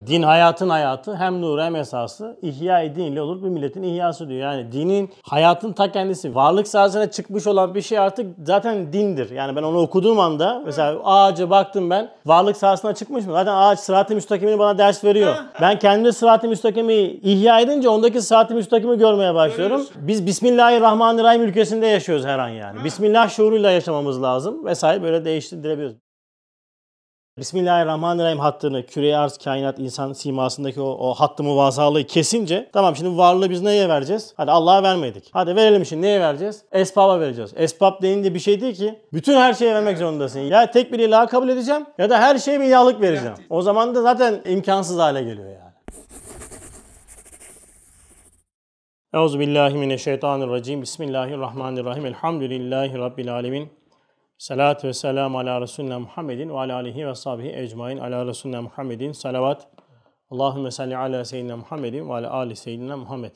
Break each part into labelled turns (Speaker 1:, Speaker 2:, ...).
Speaker 1: Din hayatın hayatı, hem nuru hem esası, ihya-i din ile olur bu milletin ihyası diyor. Yani dinin, hayatın ta kendisi. Varlık sahasına çıkmış olan bir şey artık zaten dindir. Yani ben onu okuduğum anda mesela ağaca baktım ben, varlık sahasına çıkmış mı? Zaten ağaç sırat-ı müstakimini bana ders veriyor. Ben kendimde sırat-ı müstakimi ihya edince ondaki sırat-ı müstakimi görmeye başlıyorum. Biz Bismillahirrahmanirrahim ülkesinde yaşıyoruz her an yani. Bismillah şuuruyla yaşamamız lazım vesaire, böyle değiştirebiliyoruz. Bismillahirrahmanirrahim hattını, küre arz, kainat, insan simasındaki o hattı muvazalığı kesince, tamam şimdi varlığı biz neye vereceğiz? Hadi Allah'a vermedik. Hadi verelim şimdi, neye vereceğiz? Esbaba vereceğiz. Esbab deyince bir şey değil ki. Bütün her şeye vermek zorundasın. Ya tek bir ilahı kabul edeceğim ya da her şeye bir ilahlık vereceğim. O zaman da zaten imkansız hale geliyor yani. Euzubillahimineşşeytanirracim. Bismillahirrahmanirrahim. Elhamdülillahi Rabbil alemin. Salatü ve selamu ala Resulüne Muhammedin ve ala alihi ve sahbihi ecmain ala Resulüne Muhammedin. Salavat. Allahümme salli ala seyyidina Muhammedin ve ala ali seyyidina Muhammed.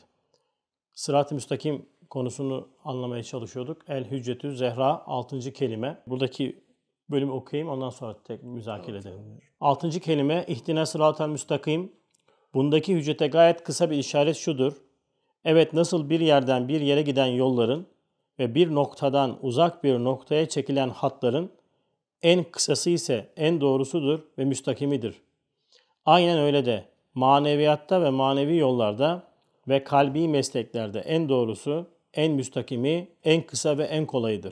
Speaker 1: Sırat-ı müstakim konusunu anlamaya çalışıyorduk. El-Hüccetü Zehra 6. kelime. Buradaki bölümü okuyayım, ondan sonra tek müzakere edelim. 6. kelime İhdine sırat-ı müstakim. Bundaki hüccete gayet kısa bir işaret şudur. Evet, nasıl bir yerden bir yere giden yolların ve bir noktadan uzak bir noktaya çekilen hatların en kısası ise en doğrusudur ve müstakimidir. Aynen öyle de maneviyatta ve manevi yollarda ve kalbi mesleklerde en doğrusu, en müstakimi, en kısa ve en kolayıdır.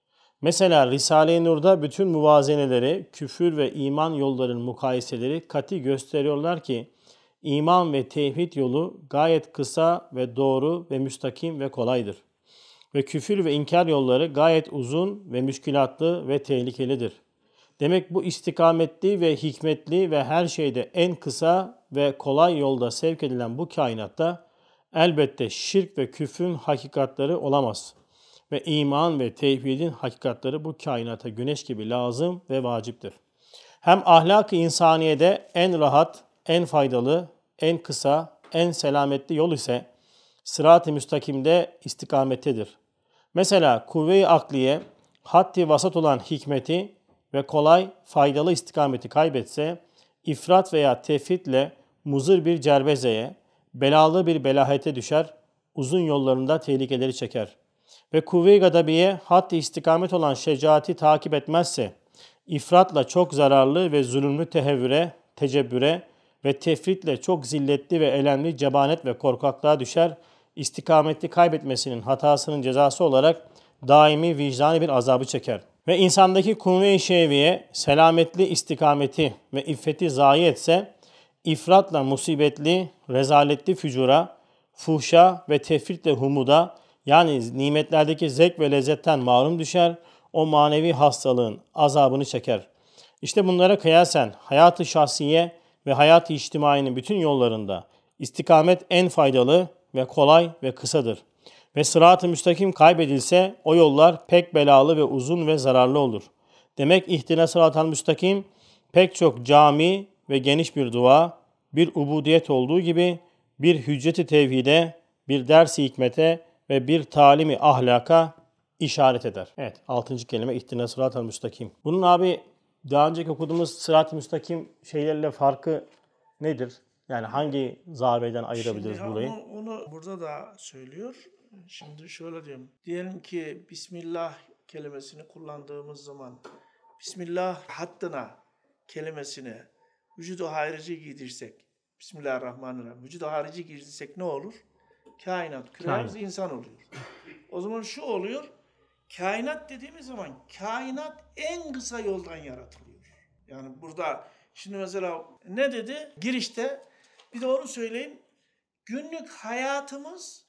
Speaker 1: Mesela Risale-i Nur'da bütün muvazeneleri, küfür ve iman yollarının mukayeseleri kati gösteriyorlar ki iman ve tevhid yolu gayet kısa ve doğru ve müstakim ve kolaydır. Ve küfür ve inkar yolları gayet uzun ve müşkilatlı ve tehlikelidir. Demek bu istikametli ve hikmetli ve her şeyde en kısa ve kolay yolda sevk edilen bu kainatta elbette şirk ve küfrün hakikatları olamaz. Ve iman ve tevhidin hakikatları bu kainata güneş gibi lazım ve vaciptir. Hem ahlak-ı insaniyede en rahat, en faydalı, en kısa, en selametli yol ise sırat-ı müstakimde istikamettedir. Mesela kuvve-i akliye, haddi vasat olan hikmeti ve kolay, faydalı istikameti kaybetse, ifrat veya tefritle muzır bir cerbezeye, belalı bir belahete düşer, uzun yollarında tehlikeleri çeker. Ve kuvve-i gadabiye, haddi istikamet olan şecaati takip etmezse, ifratla çok zararlı ve zulümlü tehevvüre, tecebbüre ve tefritle çok zilletli ve elemli cebanet ve korkaklığa düşer, istikameti kaybetmesinin hatasının cezası olarak daimi vicdani bir azabı çeker. Ve insandaki kuvve-i şehviye selametli istikameti ve iffeti zayi etse, ifratla musibetli, rezaletli fücura, fuhşa ve tefritle humuda, yani nimetlerdeki zevk ve lezzetten mahrum düşer, o manevi hastalığın azabını çeker. İşte bunlara kıyasen hayat-ı şahsiye ve hayat-ı içtimainin bütün yollarında istikamet en faydalı ve kolay ve kısadır. Ve sırat-ı müstakim kaybedilse o yollar pek belalı ve uzun ve zararlı olur. Demek ihtine sırat-ı müstakim pek çok cami ve geniş bir dua, bir ubudiyet olduğu gibi bir hücceti tevhide, bir ders-i hikmete ve bir talimi ahlaka işaret eder. Evet, 6. kelime ihtine sırat-ı müstakim. Bunun abi daha önceki okuduğumuz sırat-ı müstakim şeylerle farkı nedir? Yani hangi zaviyeden ayırabiliriz burayı?
Speaker 2: Onu burada da söylüyor. Şimdi şöyle diyeyim. Diyelim ki Bismillah kelimesini kullandığımız zaman Bismillah hattına kelimesini vücudu harici giydirsek, Bismillahirrahmanirrahim, vücudu harici giydirsek ne olur? Kainat, küremiz insan oluyor. O zaman şu oluyor, kainat dediğimiz zaman kainat en kısa yoldan yaratılıyor. Yani burada şimdi mesela ne dedi? Girişte bir de onu söyleyeyim. Günlük hayatımız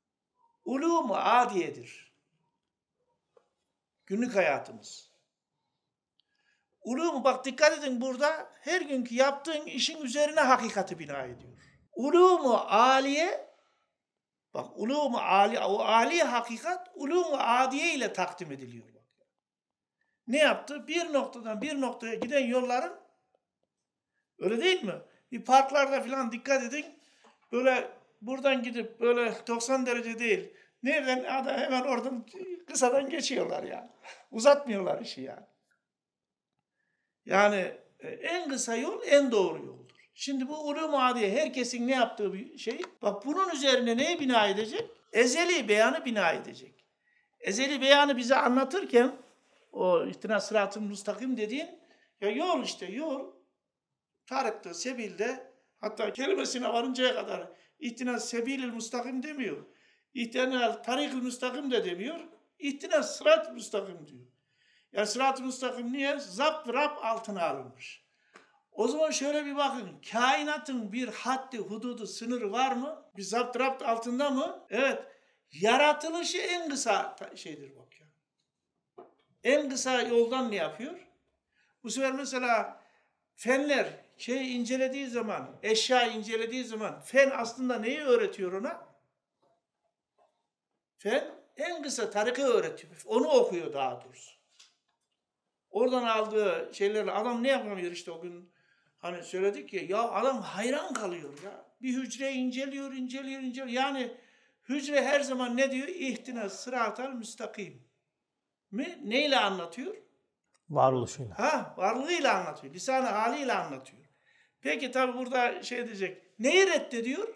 Speaker 2: ulûm-u adiyedir. Günlük hayatımız. Ulûm, bak dikkat edin, burada her günkü yaptığın işin üzerine hakikati bina ediyor. Ulûm-u aliye, bak ulûm-u aliye, o aliye hakikat ulûm-u adiye ile takdim ediliyor. Ne yaptı? Bir noktadan bir noktaya giden yolların, öyle değil mi? Bir parklarda falan dikkat edin. Böyle buradan gidip böyle 90 derece değil. Nereden? Hemen oradan kısadan geçiyorlar ya. Uzatmıyorlar işi yani. Yani en kısa yol en doğru yoldur. Şimdi bu ulûm adiye herkesin ne yaptığı bir şey. Bak bunun üzerine neyi bina edecek? Ezeli beyanı bina edecek. Ezeli beyanı bize anlatırken o ihtina sırat-ı müstakim dediğin ya yol işte yol. Tarık'ta, sebilde hatta kelimesine varıncaya kadar ihtina sebil-i müstakim demiyor. İhtina tarik-ı müstakim de demiyor. İhtina sırat-ı müstakim diyor. Ya sırat-ı müstakim niye? Zapt ve rab altına alınmış. O zaman şöyle bir bakın. Kainatın bir haddi, hududu, sınırı var mı? Bir zapt rapt altında mı? Evet. Yaratılışı en kısa şeydir bak ya. En kısa yoldan ne yapıyor? Bu sefer mesela fenler incelediği zaman, eşya incelediği zaman fen aslında neyi öğretiyor ona? Fen en kısa tarikı öğretiyor. Onu okuyor daha doğrusu. Oradan aldığı şeylerle adam ne yapamıyor işte o gün hani söyledik ya adam hayran kalıyor ya. Bir hücre inceliyor. Yani hücre her zaman ne diyor? İhtina sıratal müstakim. Neyle anlatıyor?
Speaker 1: Varoluşuyla.
Speaker 2: Varlığıyla anlatıyor. Lisan-ı haliyle anlatıyor. Peki tabi burada diyecek. Neyi reddediyor?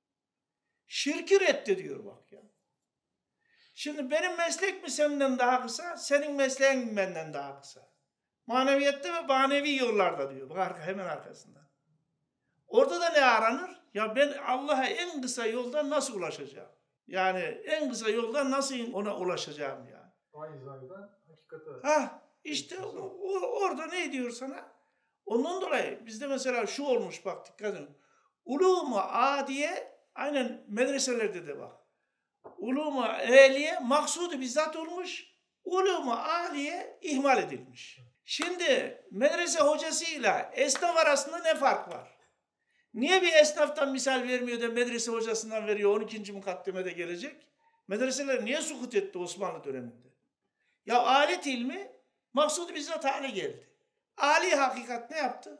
Speaker 2: Şirki reddediyor bak ya. Şimdi benim meslek mi senden daha kısa? Senin mesleğin mi benden daha kısa? Maneviyette ve manevi yollarda diyor. Bak hemen arkasında. Orada da ne aranır? Ya ben Allah'a en kısa yoldan nasıl ulaşacağım? Yani en kısa yoldan nasıl ona ulaşacağım ya?
Speaker 3: Aynı zamanda hakikate.
Speaker 2: İşte orada ne diyor sana? Ondan dolayı bizde mesela şu olmuş bak dikkat edin. Ulûm-u adiye aynen medreselerde de bak. Ulûm-u ehliye maksudu bizzat olmuş. Ulûm-u aliye ihmal edilmiş. Şimdi medrese hocasıyla esnaf arasında ne fark var? Niye bir esnaftan misal vermiyor da medrese hocasından veriyor 12. mukaddemede gelecek? Medreseler niye sukut etti Osmanlı döneminde? Ya alet ilmi maksudu bizzat hale geldi. Ali hakikat ne yaptı?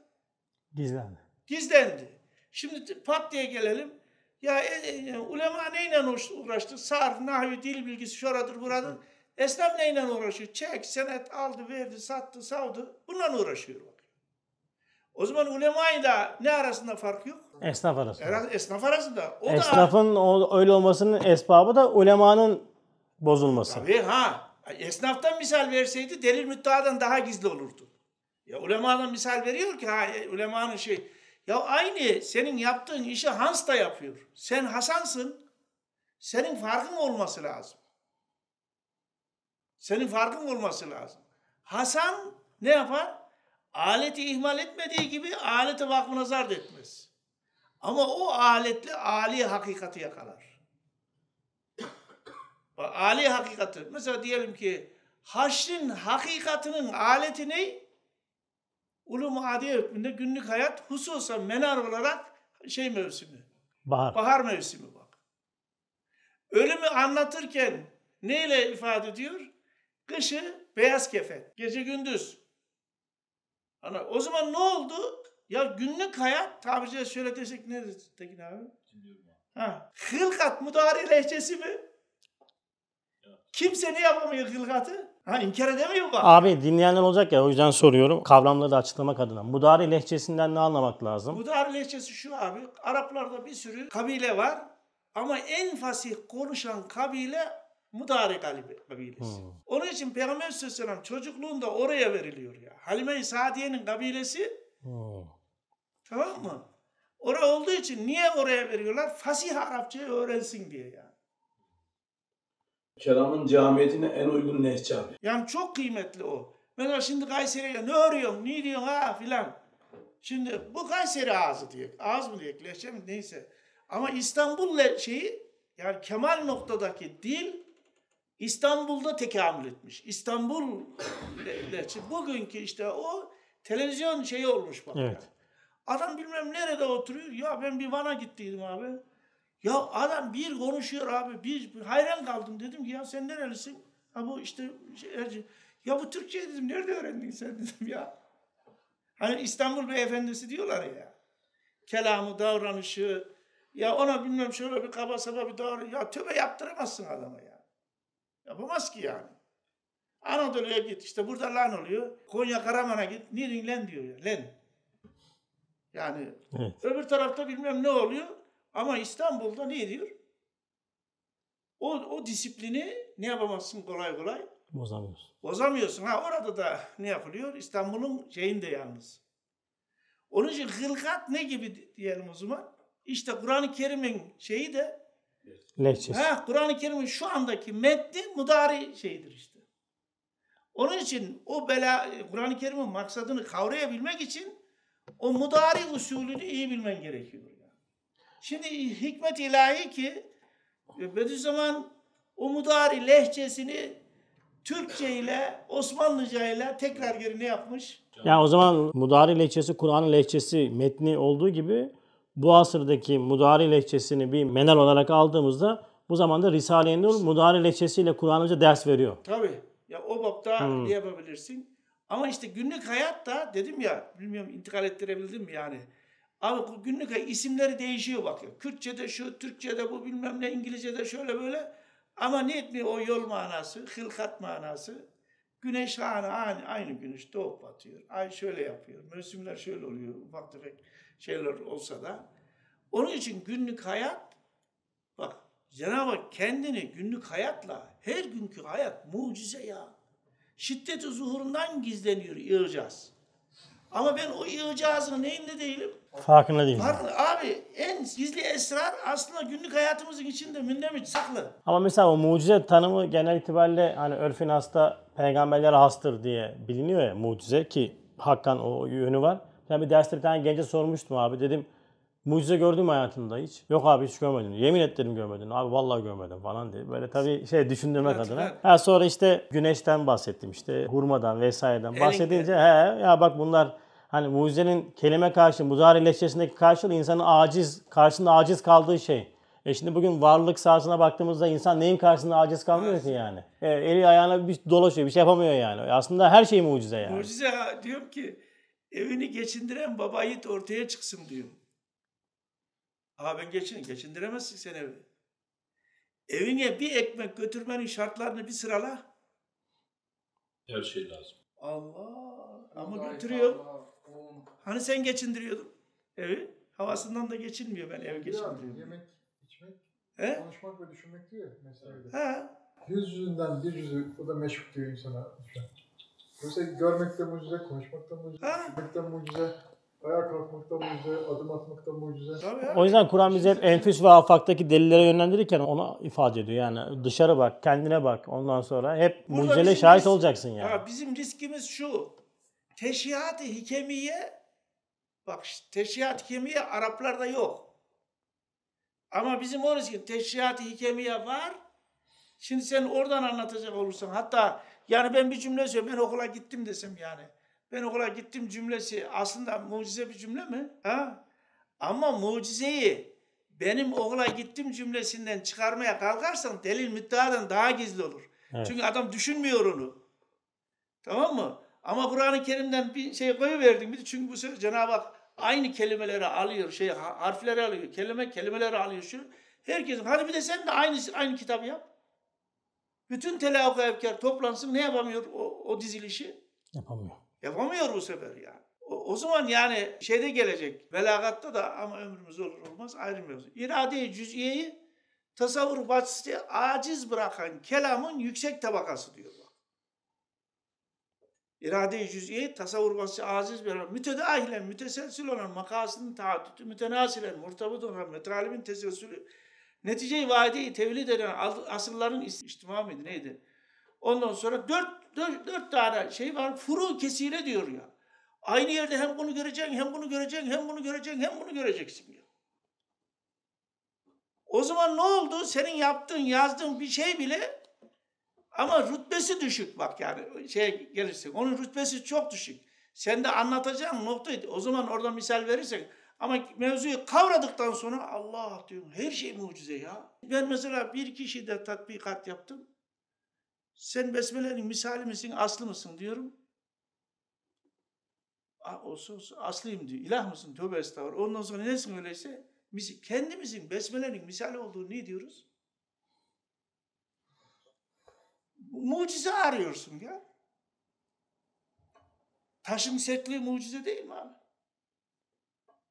Speaker 2: Gizlendi. Şimdi pat diye gelelim. Ya ulema neyle uğraştı? Sarf, nahvi, dil bilgisi, şuradır, buradır. Esnaf neyle uğraşıyor? Çek, senet aldı, verdi, sattı, savdı. Bununla uğraşıyor. O zaman ulemayla ne arasında fark yok?
Speaker 1: Esnaf arasında.
Speaker 2: Esnaf arasında.
Speaker 1: Esnafın öyle olmasının esbabı da ulemanın bozulması.
Speaker 2: Tabii esnaftan misal verseydi delil müddeadan daha gizli olurdu. Ya ulemadan misal veriyor ki ulemanın ya aynı senin yaptığın işi Hans da yapıyor. Sen Hasan'sın. Senin farkın olması lazım. Senin farkın olması lazım. Hasan ne yapar? Aleti ihmal etmediği gibi alete vakfına zar etmez. Ama o aletle âli hakikati yakalar. Âli hakikati. Mesela diyelim ki haşrin hakikatinin aleti ne? Ulûm-u adiye hükmünde günlük hayat hususen menar olarak mevsimi. Bahar mevsimi bak. Ölümü anlatırken neyle ifade ediyor? Kışı beyaz kefen, gece gündüz. O zaman ne oldu? Ya günlük hayat tabirciyle şöyle desek ne Tekin abi? Hılkat mudari lehçesi mi? Kimse ne yapamıyor hılkatı? İnkar edemiyor bak.
Speaker 1: Abi dinleyenler olacak ya o yüzden soruyorum. Kavramları da açıklamak adına. Mudari lehçesinden ne anlamak lazım?
Speaker 2: Mudari lehçesi şu abi. Araplarda bir sürü kabile var. Ama en fasih konuşan kabile Mudari kabilesi. Onun için Peygamber Aleyhisselam çocukluğunda oraya veriliyor ya. Halime-i Sadiye'nin kabilesi tamam mı? Oraya olduğu için niye oraya veriyorlar? Fasih Arapçayı öğrensin diye yani.
Speaker 3: Kelamın camiyetine en uygun lehçe abi.
Speaker 2: Yani çok kıymetli o. Mesela şimdi Kayseri'ye ne örüyorsun, ne diyorsun filan. Şimdi bu Kayseri ağzı diye. Ağız mı diye, lehçe mi neyse. Ama İstanbul yani kemal noktadaki dil İstanbul'da tekamül etmiş. İstanbul bugünkü işte o televizyon olmuş bak.
Speaker 1: Evet.
Speaker 2: Adam bilmem nerede oturuyor. Ya ben bir Van'a gittiydim abi. Ya adam bir konuşuyor abi. Bir hayran kaldım. Dedim ki ya sen nerelisin? Bu işte ya bu Türkçe dedim. Nerede öğrendin sen dedim ya. Hani İstanbul beyefendisi diyorlar ya. Kelamı, davranışı. Ya ona bilmem şöyle bir kaba saba bir davranış. Ya tövbe yaptıramazsın adama ya. Yapamaz ki yani. Anadolu'ya git işte burada lan oluyor. Konya Karaman'a git. Niye lan diyor ya. Lan. Yani
Speaker 1: Evet.
Speaker 2: öbür tarafta bilmem ne oluyor ama İstanbul'da ne diyor? O disiplini ne yapamazsın kolay kolay?
Speaker 1: Bozamıyoruz.
Speaker 2: Bozamıyorsun. Ha orada da ne yapılıyor? İstanbul'un şeyinde yalnız. Onun için hılkat ne gibi diyelim o zaman? İşte Kur'an-ı Kerim'in şeyi de
Speaker 1: Lehçesi.
Speaker 2: Kur'an-ı Kerim'in şu andaki metni mudari şeyidir işte. Onun için o Kur'an-ı Kerim'in maksadını kavrayabilmek için o mudari usulünü iyi bilmen gerekiyor. Şimdi hikmet ilahi ki Bediüzzaman o mudari lehçesini Türkçe ile Osmanlıca ile tekrar geri ne yapmış?
Speaker 1: Yani o zaman mudari lehçesi Kur'an'ın lehçesi metni olduğu gibi bu asırdaki mudari lehçesini bir menal olarak aldığımızda bu zamanda Risale-i Nur mudari lehçesiyle Kur'an'ımıza ders veriyor.
Speaker 2: Tabii. Ya o bapta ne yapabilirsin? Ama işte günlük hayatta dedim ya, bilmiyorum intikal ettirebildim mi yani? Abi günlük hayat isimleri değişiyor bak ya. Kürtçe'de şu, Türkçe'de bu bilmem ne, İngilizce'de şöyle böyle. Ama ne etmiyor o yol manası, hılkat manası. Güneş aynı güneş doğup batıyor. Ay şöyle yapıyor. Mevsimler şöyle oluyor. Ufak tefek şeyler olsa da. Onun için günlük hayat bak Cenab-ı Hak kendini günlük hayatla her günkü hayat mucize ya. Şiddeti zuhurundan gizleniyor icaz. Ama ben o icazın neyinde değilim?
Speaker 1: Farkında değil.
Speaker 2: Abi en gizli esrar aslında günlük hayatımızın içinde mündemiş saklı.
Speaker 1: Ama mesela o mucize tanımı genel itibariyle hani örfün hasta peygamberlere hastır diye biliniyor ya mucize ki hakikaten o yönü var. Ben bir derste bir tane gence sormuştum abi dedim mucize gördün mü hayatında hiç? Yok abi hiç görmedim. Yemin ederim görmedim. Abi vallahi görmedim falan diye. Böyle tabii düşündürmek
Speaker 2: Evet,
Speaker 1: adına.
Speaker 2: evet.
Speaker 1: Ha sonra işte güneşten bahsettim işte hurmadan vesaireden bahsedince ya bak bunlar hani mucizenin kelime karşı mudari lehçesindeki karşılığı insanın karşısında aciz kaldığı şey. Şimdi bugün varlık sahasına baktığımızda insan neyin karşısında aciz kalmıyor ki yani? Eli ayağına bir dolaşıyor, bir şey yapamıyor yani. Aslında her şey mucize yani.
Speaker 2: Mucize diyorum ki evini geçindiren baba yiğit ortaya çıksın diyor. Ben geçindiremezsin sen evi. Evine bir ekmek götürmenin şartlarını bir sırala.
Speaker 3: Her şey lazım.
Speaker 2: Allah ama götürüyor. Hani sen geçindiriyordun evi? Havasından da geçinmiyor ben ev geçindiriyorum.
Speaker 4: Yemek, içmek,
Speaker 2: He?
Speaker 4: konuşmak ve düşünmek diyor meselede.
Speaker 2: He?
Speaker 4: Yüzünden bir yüzü o da meşhur diyor insana. Dolayısıyla görmek de mucize, konuşmak da mucize, düşünmek de mucize, ayağa kalkmak da mucize, adım atmak da mucize.
Speaker 1: O yüzden Kur'an bizi hep enfüs ve afaktaki delillere yönlendirirken ona ifade ediyor. Yani dışarı bak, kendine bak. Ondan sonra hep mucizele şahit olacaksın yani.
Speaker 2: Bizim riskimiz şu. Teşrihat-ı hikemiye bak teşrihat-ı hikemiye Araplarda yok. Ama bizim o risk teşrihat-ı hikemiye var. Şimdi sen oradan anlatacak olursan hatta yani ben bir cümle söyleyeyim. Ben okula gittim desem yani. Ben okula gittim cümlesi aslında mucize bir cümle mi? Ha? Ama mucizeyi benim okula gittim cümlesinden çıkarmaya kalkarsan delil müddeadan daha gizli olur. Evet. Çünkü adam düşünmüyor onu. Tamam mı? Ama Kur'an-ı Kerim'den bir şey koyuverdim. Çünkü bu sefer Cenab-ı Hak aynı kelimeleri alıyor, harfleri alıyor, kelimeleri alıyor. Herkesin, hadi bir de sen de aynı kitabı yap. Bütün telakki efkar toplansın, ne yapamıyor o dizilişi?
Speaker 1: Yapamıyor.
Speaker 2: Yapamıyor bu sefer yani. O zaman yani şeyde gelecek, belagatta da ama ömrümüz olur olmaz ayrılmıyoruz. İrade-i cüz'iyeyi tasavvur vasıtası aciz bırakan kelamın yüksek tabakası diyor. İrade-i cüz'iye tasavvur vasıtası aciz bırakan, mütedahilen, müteselsil olan makasının taaddütü, mütenasilen, murtabıt olan metralibin teselsülü, netice-i vaide-i tevlid eden asırların içtima mıydı neydi? Ondan sonra dört tane şey var, furu kesire diyor ya. Aynı yerde hem bunu göreceksin, hem bunu göreceksin, hem bunu göreceksin, hem bunu göreceksin ya. O zaman ne oldu? Senin yazdığın bir şey bile ama rütbesi düşük bak yani gelirsin. Onun rütbesi çok düşük. Sen de anlatacağın noktaydı. O zaman orada misal verirsek ama mevzuyu kavradıktan sonra Allah diyorum her şey mucize ya. Ben mesela bir kişide tatbikat yaptım. Sen besmelenin misali misin, aslı mısın diyorum. Olsun aslıyım diyor. İlah mısın? Tövbe estağfurullah. Ondan sonra nesin öyleyse? Kendimizin besmelenin misali olduğunu ne diyoruz? Mucize arıyorsun ya. Taşın sertliği mucize değil mi abi?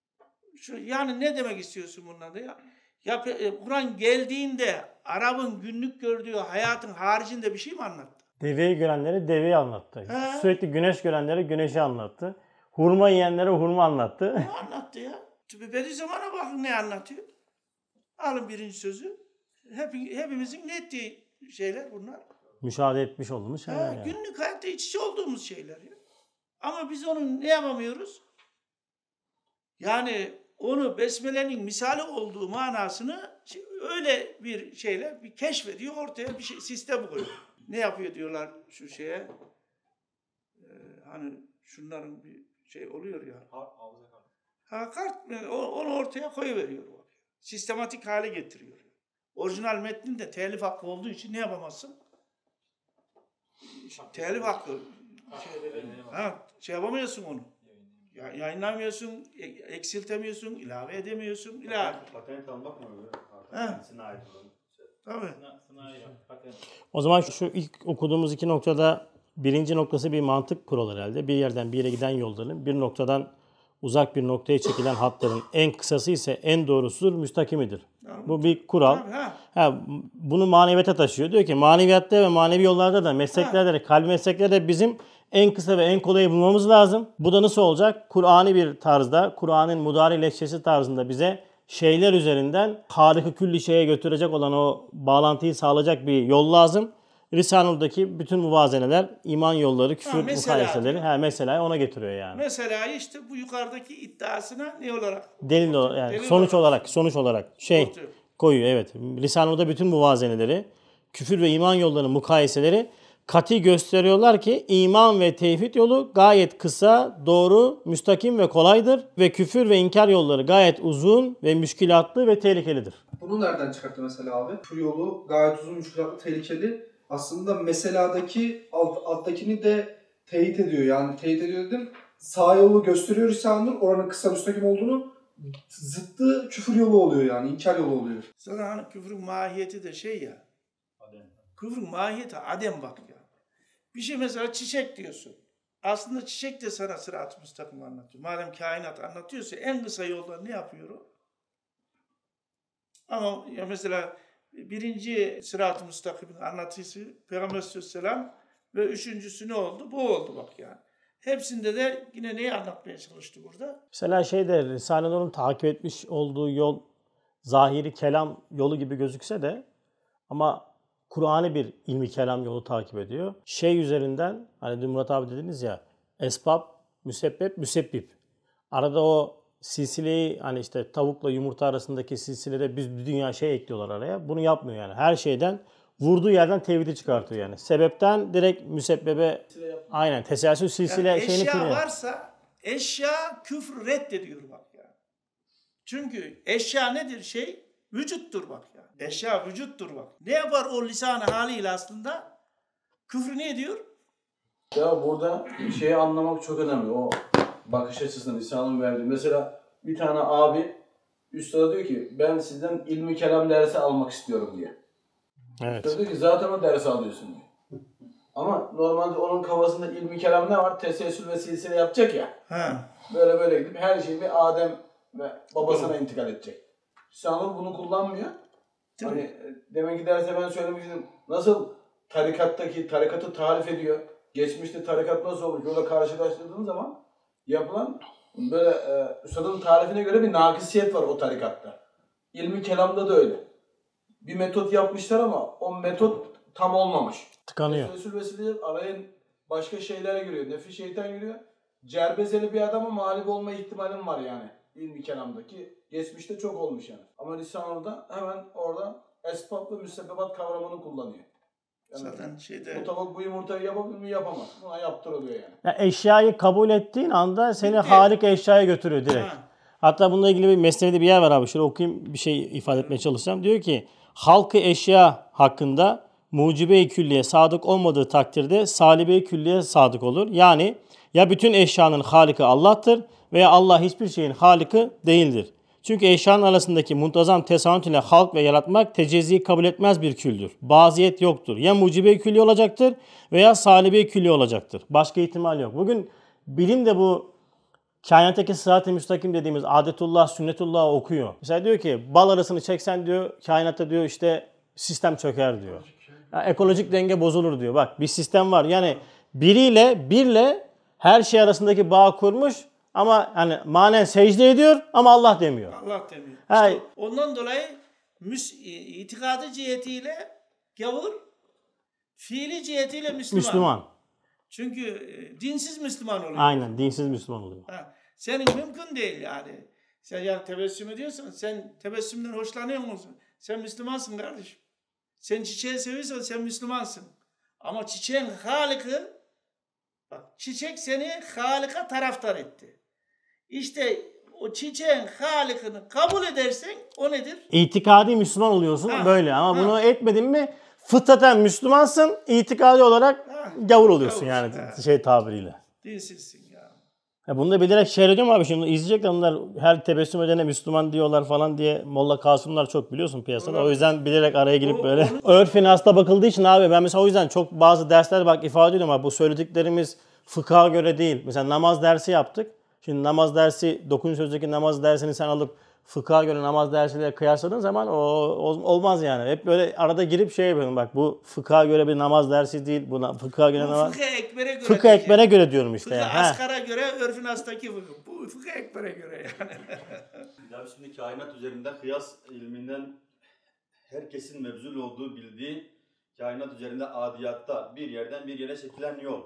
Speaker 2: Yani ne demek istiyorsun bununla da ya? Kur'an geldiğinde Arap'ın günlük gördüğü hayatın haricinde bir şey mi anlattı?
Speaker 1: Deveyi görenlere deveyi anlattı.
Speaker 2: He.
Speaker 1: Sürekli güneş görenlere güneşi anlattı. Hurma yiyenlere hurma anlattı.
Speaker 2: Ne anlattı ya? Bediüzzaman'a bakın ne anlatıyor. Alın birinci sözü. Hepimizin ne ettiği şeyler bunlar.
Speaker 1: Müşahede etmiş olduğumuz şeyler yani.
Speaker 2: Günlük hayatta iç içe olduğumuz şeyler ya. Ama biz onu ne yapamıyoruz? Yani onu besmelenin misali olduğu manasını öyle bir şeyle bir keşfediyor, ortaya bir şey, sistem koyuyor. Ne yapıyor diyorlar şu şeye? Hani şunların bir şey oluyor ya. Kart onu ortaya koyuveriyor. Sistematik hale getiriyor. Orijinal metnin de telif hakkı olduğu için ne yapamazsın? Telif hakkı. Şey yapamıyorsun onu. Yayınlamıyorsun, eksiltemiyorsun, ilave edemiyorsun.
Speaker 5: Patent almak mı öyle? Kendisine ait olan.
Speaker 2: Tabii.
Speaker 1: O zaman şu ilk okuduğumuz iki noktada birinci noktası bir mantık kuralı herhalde. Bir yerden bir yere giden yolların bir noktadan uzak bir noktaya çekilen hatların en kısası ise en doğrusudur, müstakimidir. Bu bir kural. Bunu maneviyata taşıyor. Diyor ki maneviyatta ve manevi yollarda da mesleklerde de kalbi mesleklerde bizim en kısa ve en kolayı bulmamız lazım. Bu da nasıl olacak? Kur'ani bir tarzda, Kur'an'ın mudari lehçesi tarzında bize şeyler üzerinden Halık-ı Külli şeye götürecek olan o bağlantıyı sağlayacak bir yol lazım. Risale-i bütün muvazeneler, iman yolları, küfür mukayeseleri mesela ona getiriyor yani.
Speaker 2: Mesela işte bu yukarıdaki iddiasına ne olarak?
Speaker 1: Delil yani delil sonuç olarak koyuyor evet. Risale-i bütün muvazeneleri, küfür ve iman yollarının mukayeseleri kati gösteriyorlar ki iman ve tevhid yolu gayet kısa, doğru, müstakim ve kolaydır ve küfür ve inkar yolları gayet uzun ve müşkilatlı ve tehlikelidir.
Speaker 6: Bunu nereden çıkarttı mesela abi? Şu yolu gayet uzun, müşkilatlı, tehlikeli. Aslında meseladaki alttakini de teyit ediyor. Yani teyit ediyor dedim. Sağ yolu gösteriyor Risale-i oranın kısa müstakim olduğunu. Zıttı küfür yolu oluyor yani. İnkar yolu oluyor.
Speaker 2: Zaten hani küfrün mahiyeti de şey ya. Küfrün mahiyeti adem bak ya. Bir şey mesela çiçek diyorsun. Aslında çiçek de sana sırat-ı müstakim anlatıyor. Madem kainat anlatıyorsa en kısa yolda ne yapıyor o? Ama ya mesela birinci sırat-ı müstakimin anlatısı Peygamber Aleyhisselam ve üçüncüsü ne oldu? Bu oldu bak yani. Hepsinde de yine neyi anlatmaya çalıştı burada?
Speaker 1: Mesela Risale-i Nur'un takip etmiş olduğu yol zahiri kelam yolu gibi gözükse de ama Kur'an'ı bir ilmi kelam yolu takip ediyor. Şey üzerinden hani dün Murat abi dediniz ya esbab, müsebbep, müsebbip. Arada o silsileyi hani işte tavukla yumurta arasındaki silsilede bir dünya şey ekliyorlar araya. Bunu yapmıyor yani. Her şeyden vurduğu yerden tevhidi çıkartıyor yani. Sebepten direkt müsebbebe aynen teselsül silsile
Speaker 2: yani
Speaker 1: şeyini kuruyor.
Speaker 2: Eşya varsa eşya küfrü reddediyor bak ya. Çünkü eşya nedir şey? Vücuttur bak ya. Eşya vücuttur bak. Ne yapar o lisan-ı haliyle aslında? Küfrü ne ediyor?
Speaker 7: Ya burada şeyi anlamak çok önemli. O bakış açısını lisanın verdiği. Mesela bir tane abi üstada diyor ki ben sizden ilmi kelam dersi almak istiyorum diye.
Speaker 1: Evet.
Speaker 7: Üstada diyor ki zaten o dersi alıyorsun diyor. Ama normalde onun kafasında ilmi kelam ne var? Teselsül ve silsile yapacak ya. Böyle gidip her şeyi bir Adem ve babasına intikal edecek. Lisanur bunu kullanmıyor. Hani demek ki derse ben söylemek istedim. Nasıl tarikatı tarif ediyor. Geçmişte tarikat nasıl olmuş? Böyle karşılaştırdığın zaman yapılan böyle üstadın tarifine göre bir nakisiyet var o tarikatta. İlmi kelamda da öyle. Bir metot yapmışlar ama o metot tam olmamış.
Speaker 1: Tıkanıyor.
Speaker 7: Teselsül vesile araya başka şeylere giriyor. Nefis şeytan giriyor. Cerbezeli bir adama mağlup olma ihtimalim var yani. İlmi kelamdaki. Geçmişte çok olmuş yani. Ama Risale-i hemen orada esbab ve müsebbebat kavramını kullanıyor. Yani
Speaker 2: zaten
Speaker 7: bu tavuk bu yumurtayı yapabilir mi? Yapamaz. Buna yaptırılıyor yani.
Speaker 1: Ya eşyayı kabul ettiğin anda seni Halik eşyaya götürüyor direkt. Hatta bununla ilgili bir mesnevide bir yer var abi. Şöyle okuyayım bir şey ifade etmeye çalışacağım. Diyor ki halkı eşya hakkında mucibe-i külliye sadık olmadığı takdirde salibe-i külliye sadık olur. Yani ya bütün eşyanın Halik'i Allah'tır veya Allah hiçbir şeyin Halik'i değildir. Çünkü eşyanın arasındaki muntazam tesanüt ile halk ve yaratmak tecezziyi kabul etmez bir küldür. Baziyet yoktur. Ya mucibe-i külli olacaktır veya salibe-i külli olacaktır. Başka ihtimal yok. Bugün bilim de bu kainattaki sırat-ı müstakim dediğimiz adetullah, sünnetullah okuyor. Mesela diyor ki bal arasını çeksen diyor kainatta diyor işte sistem çöker diyor. Yani ekolojik denge bozulur diyor. Bak bir sistem var. Yani birle her şey arasındaki bağ kurmuş ama hani manen secde ediyor ama Allah demiyor.
Speaker 2: Allah demiyor.
Speaker 1: Ha,
Speaker 2: İşte ondan dolayı itikadı cihetiyle gavur, fiili cihetiyle Müslüman. Çünkü dinsiz Müslüman oluyor.
Speaker 1: Aynen, dinsiz Müslüman oluyor.
Speaker 2: Ha, senin mümkün değil yani. Sen yani tebessüm ediyorsan, sen tebessümden hoşlanıyor musun? Sen Müslümansın kardeşim. Sen çiçeği seviyorsan sen Müslümansın. Ama çiçeğin Halık'ı, bak çiçek seni Halık'a taraftar etti. İşte o çiçeğin Halık'ını kabul edersen o nedir?
Speaker 1: İtikadi Müslüman oluyorsun böyle ama bunu etmedin mi fıtraten Müslümansın, itikadi olarak gavur oluyorsun yani şey tabiriyle.
Speaker 2: Dinsizsin ya.
Speaker 1: Bunu da bilerek şehir ediyorum abi şimdi izleyecekler onlar her tebessüm edene Müslüman diyorlar falan diye Molla Kasımlar çok biliyorsun piyasada. O yüzden bilerek araya girip böyle örfine hasta bakıldığı için abi ben mesela o yüzden çok bazı dersler bak ifade ediyorum abi bu söylediklerimiz fıkha göre değil. Mesela namaz dersi yaptık. Şimdi namaz dersi 9. sözdeki namaz dersini sen alıp fıkha göre namaz dersiyle kıyasladığın zaman o olmaz yani. Hep böyle arada girip şey yapıyorum bak bu fıkha göre bir namaz dersi değil. Bu fıkha göre namaz. Fıkha ekbere göre diyorum işte.
Speaker 2: Fıkha asgara göre örfün hastaki fıkha. Bu fıkha ekbere göre yani.
Speaker 5: Ya şimdi kainat üzerinde kıyas ilminden herkesin mebzul olduğu bildiği kainat üzerinde adiyatta bir yerden bir yere çekilen yol.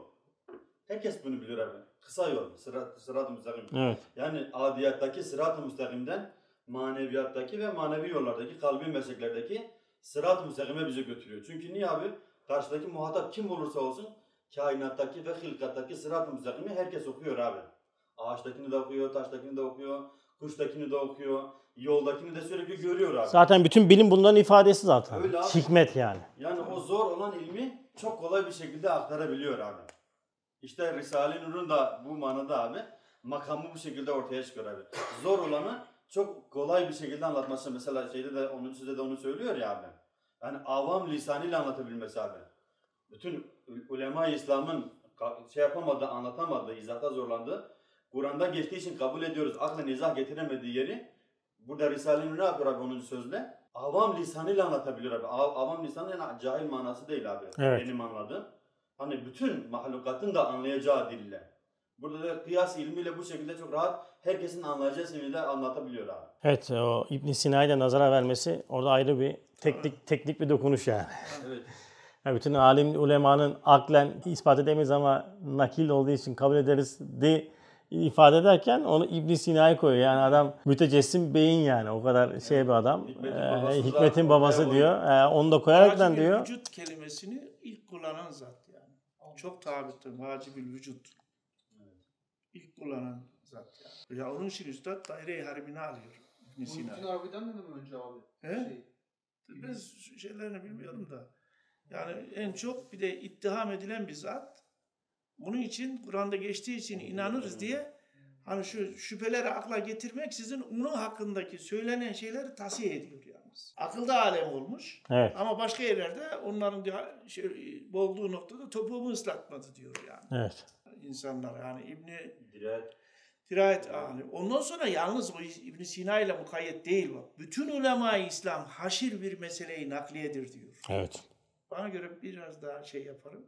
Speaker 5: Herkes bunu bilir abi. Kısa yol. Sırat-ı müstakim.
Speaker 1: Evet.
Speaker 5: Yani adiyattaki sırat-ı müstakimden maneviyattaki ve manevi yollardaki, kalbi mesleklerdeki sırat-ı müstakime bizi götürüyor. Çünkü niye abi? Karşıdaki muhatap kim olursa olsun kainattaki ve hilkattaki sırat-ı müstakimi herkes okuyor abi. Ağaçtakini de okuyor, taştakini de okuyor, kuştakini de okuyor, yoldakini de sürekli görüyor abi.
Speaker 1: Zaten bütün bilim bunların ifadesi zaten.
Speaker 5: Öyle abi.
Speaker 1: Hikmet yani.
Speaker 5: Yani o zor olan ilmi çok kolay bir şekilde aktarabiliyor abi. İşte Risale-i Nur'un da bu manada abi makamı bu şekilde ortaya çıkıyor abi. Zor olanı çok kolay bir şekilde anlatması. Mesela şeyde de 10. sözde de onu söylüyor ya abi. Yani avam lisanıyla anlatabilmesi abi. Bütün ulema-i İslam'ın şey yapamadığı, anlatamadığı, izahta zorlandığı, Kur'an'da geçtiği için kabul ediyoruz. Aklen izah getiremediği yeri burada Risale-i Nur ne yapıyor abi 10. sözde? Avam lisanıyla anlatabiliyor abi. Avam lisanı yani cahil manası değil abi.
Speaker 1: Evet.
Speaker 5: Benim anladığım. Hani bütün mahlukatın da anlayacağı dille. Burada da kıyas ilmiyle bu şekilde çok rahat herkesin anlayacağı seviyede anlatabiliyor abi.
Speaker 1: Evet o İbn Sina'yı da nazara vermesi orada ayrı bir teknik bir dokunuş yani.
Speaker 5: Evet.
Speaker 1: Yani bütün alim ulemanın aklen ispat edemeyiz ama nakil olduğu için kabul ederiz diye ifade ederken onu İbn Sina'yı koyuyor. Yani adam mütecessim beyin yani o kadar şey bir adam. Hikmetin babası diyor. Onu da koyaraktan diyor.
Speaker 2: Vücut kelimesini ilk kullanan zat yani. Çok tabittir. Vacibül vücut. İlk kullanan zat yani. Ya onun için üstad daire-i haribini alıyor. İbn Sina.
Speaker 6: Muhittin Arabi'den de mi önce abi?
Speaker 2: He? Ben şeylerini bilmiyorum da. Yani en çok bir de ittiham edilen bir zat. Bunun için Kur'an'da geçtiği için inanırız diye hani şu şüpheleri akla getirmek sizin onun hakkındaki söylenen şeyleri tasih ediyor yalnız. Akılda alem olmuş.
Speaker 1: Evet.
Speaker 2: Ama başka yerlerde onların olduğu noktada topuğumu ıslatmadı diyor yani.
Speaker 1: Evet.
Speaker 2: İnsanlar yani İbni
Speaker 5: Dirayet.
Speaker 2: Dirayet alim. Ondan sonra yalnız o İbn Sina ile mukayyet değil bak. Bütün ulema-i İslam haşir bir meseleyi nakliyedir diyor.
Speaker 1: Evet.
Speaker 2: Bana göre biraz daha şey yaparım.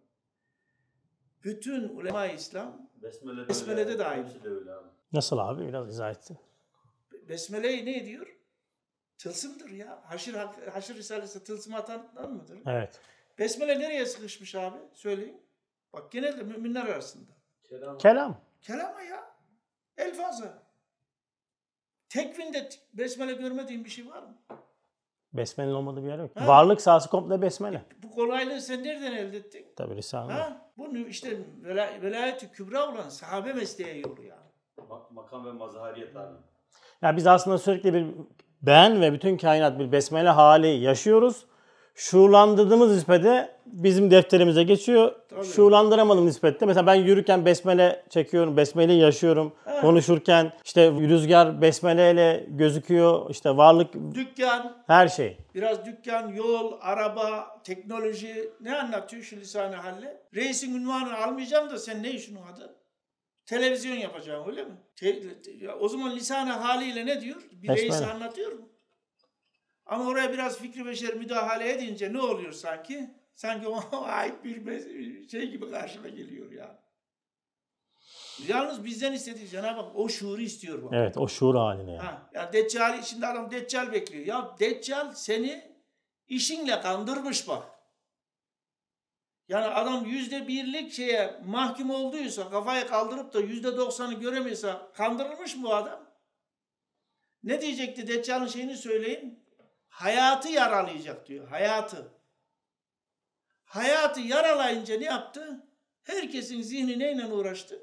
Speaker 2: Bütün ulema-i İslam Besmele'de de aynı.
Speaker 5: Hepsi de öyle abi.
Speaker 1: Nasıl abi? Biraz izah etsin.
Speaker 2: Besmele'yi ne diyor? Tılsımdır ya. Haşr Risalesi tılsım atan mıdır?
Speaker 1: Evet.
Speaker 2: Besmele nereye sıkışmış abi? Söyleyin. Bak genelde müminler arasında.
Speaker 1: Kelam.
Speaker 2: Kelama ya. Elfaza. Tekvinde besmele görmediğin bir şey var mı?
Speaker 1: Besmele'nin olmadığı bir yer yok.
Speaker 2: Ha?
Speaker 1: Varlık sahası komple besmele.
Speaker 2: Bu kolaylığı sen nereden elde ettin?
Speaker 1: Tabii Risale.
Speaker 2: Ha? Bunu işte velayet-i kübra olan sahabe mesleği yolu yani.
Speaker 5: Makam ve mazhariyet abi.
Speaker 1: Yani biz aslında sürekli bir ben ve bütün kainat bir besmele hali yaşıyoruz. Şuurlandırdığımız nispette bizim defterimize geçiyor.
Speaker 2: Tabii.
Speaker 1: Şuurlandıramadığım nispette mesela ben yürürken besmele çekiyorum, besmeleyi yaşıyorum. Konuşurken işte rüzgar besmeleyle gözüküyor. İşte varlık,
Speaker 2: Dükkan,
Speaker 1: her şey.
Speaker 2: biraz dükkan, yol, araba, teknoloji ne anlatıyor şu lisan-ı halle? Reisin ünvanını almayacağım da sen ne işin o adı? Televizyon yapacağım öyle mi? O zaman lisan-ı haliyle ne diyor? Bir
Speaker 1: Besmele.
Speaker 2: reis anlatıyor mu? Ama oraya biraz fikri beşer müdahale edince ne oluyor sanki? Sanki o ait bir şey gibi karşıma geliyor ya. Yalnız bizden istediği Cenab-ı Hak o şuuru istiyor bak.
Speaker 1: Evet, o şuur haline yani.
Speaker 2: Ya Deccal, şimdi adam Deccal bekliyor. Ya Deccal seni işinle kandırmış bak. Yani adam %1'lik şeye mahkum olduysa, kafayı kaldırıp da %90'ı göremiyorsa kandırılmış mı bu adam? Ne diyecekti? Deccal'ın şeyini söyleyin. Hayatı yaralayacak diyor. Hayatı. Hayatı yaralayınca ne yaptı? Herkesin zihni neyle uğraştı?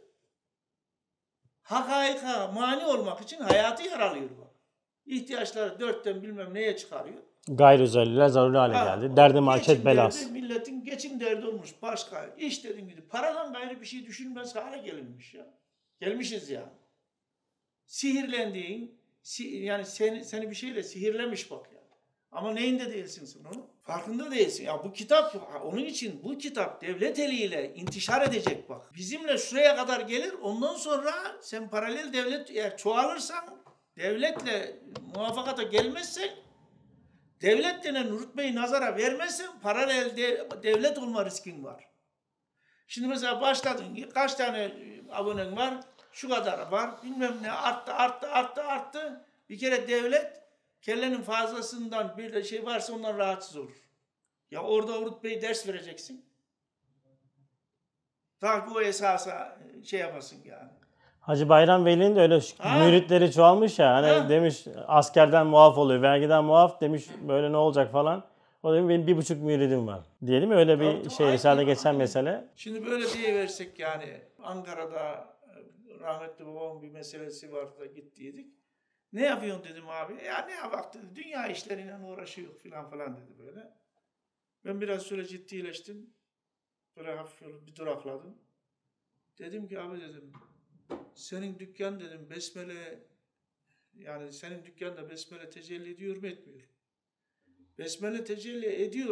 Speaker 2: Hakaika mani olmak için hayatı yaralıyor bak. İhtiyaçları 4'ten bilmem neye çıkarıyor.
Speaker 1: Gayri özellikler zaruri hale geldi. Derdi market belası.
Speaker 2: Milletin geçim derdi olmuş. Başka iş dediğim gibi paradan gayrı bir şey düşünmez hale gelinmiş ya. Gelmişiz ya. Sihirlendiğin, yani seni bir şeyle sihirlemiş bak ya. Ama neyinde değilsin sen onu? Farkında değilsin. Ya bu kitap, onun için bu kitap devlet eliyle intişar edecek bak. Bizimle şuraya kadar gelir. Ondan sonra sen paralel devlet eğer çoğalırsan, devletle muvaffakata gelmezsen, devlet denen rütbeyi nazara vermezsen paralel devlet olma riskin var. Şimdi mesela başladın, kaç tane abonen var? Şu kadar var. Bilmem ne arttı. Bir kere devlet kellenin fazlasından bir de şey varsa ondan rahatsız olur. Ya orada o rütbeyi ders vereceksin. Ta ki o esasa şey yapasın yani.
Speaker 1: Hacı Bayram Veli'nin de öyle müritleri çoğalmış ya. Hani demiş askerden muaf oluyor, vergiden muaf demiş böyle ne olacak falan. O demiş benim 1,5 müridim var. Diyelim mi? Öyle bir şey Risale'de geçen mesele.
Speaker 2: Şimdi böyle diyeversek yani Ankara'da rahmetli babamın bir meselesi vardı da gittiydik. Ne yapıyorsun dedim abi. Ya ne yapak dedi. Dünya işleriyle uğraşıyor falan dedi böyle. Ben biraz şöyle ciddileştim. Böyle hafif bir durakladım. Dedim ki abi dedim. Senin dükkan dedim besmele, yani senin dükkanda besmele tecelli ediyor mu etmiyor? Besmele tecelli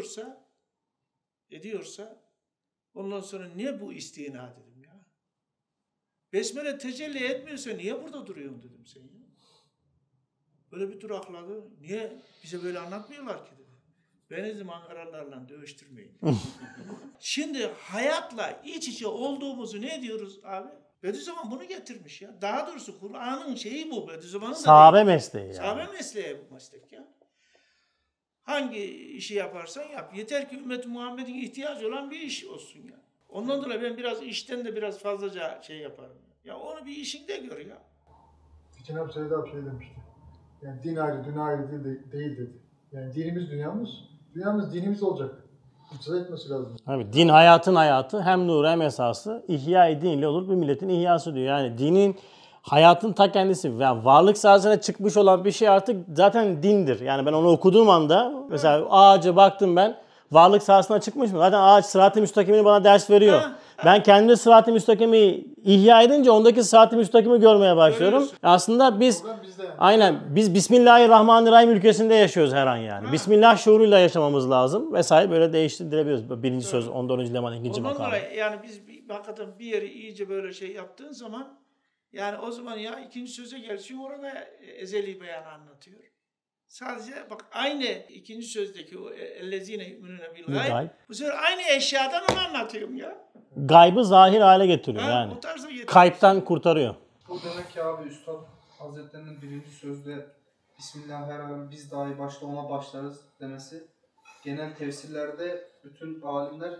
Speaker 2: ediyorsa ondan sonra niye bu istina dedim ya. Besmele tecelli etmiyorsa niye burada duruyorsun dedim sen ya. Böyle bir durakladı. Niye bize böyle anlatmıyorlar ki dedi. Ben dedim Ankaralılarla dövüştürmeyin. Şimdi hayatla iç içe olduğumuzu ne diyoruz abi? Bediüzzaman bunu getirmiş ya. Daha doğrusu Kur'an'ın şeyi bu. Bediüzzaman'ın
Speaker 1: sahabe mesleği yani.
Speaker 2: Sahabe mesleği bu meslek ya. Hangi işi yaparsan yap. Yeter ki ümmet-i Muhammed'in ihtiyacı olan bir iş olsun ya. Ondan dolayı ben biraz işten de biraz fazlaca şey yaparım. Ya onu bir işinde gör ya.
Speaker 4: Cenab-ı Seyyid şey demişti. Yani din ayrı, dünya ayrı değil dedi. Yani dinimiz dünyamız, dünyamız dinimiz olacak. İktisat etmesi lazım.
Speaker 1: Abi, din hayatın hayatı hem nuru hem esası. İhya-i din ile olur bu milletin ihyası diyor. Yani dinin hayatın ta kendisi. Yani varlık sahasına çıkmış olan bir şey artık zaten dindir. Yani ben onu okuduğum anda mesela ağaca baktım ben. Varlık sahasına çıkmış mı? Zaten ağaç sırat-ı müstakimini bana ders veriyor. Ben kendimde sırat-ı müstakimi ihya edince ondaki sırat-ı müstakimi görmeye başlıyorum. Aslında biz biz Bismillahirrahmanirrahim ülkesinde yaşıyoruz her an yani. Bismillah şuuruyla yaşamamız lazım vesaire böyle değiştirebiliyoruz. Birinci söz 14. leman 2. makam.
Speaker 2: Ondan dolayı yani biz hakikaten bir yeri iyice böyle şey yaptığın zaman yani o zaman ya ikinci söze gelsin orada ezeli beyanı anlatıyor. Sadece bak aynı ikinci sözdeki o ellezine yu'minune bil gayb. Bu sefer aynı eşyadan onu anlatıyorum ya.
Speaker 1: Gaybı zahir hale getiriyor yani. Kayıptan kurtarıyor.
Speaker 6: Bu demek ki abi Üstad Hazretleri'nin birinci sözde Bismillahirrahmanirrahim biz dahi başta ona başlarız demesi. Genel tefsirlerde bütün alimler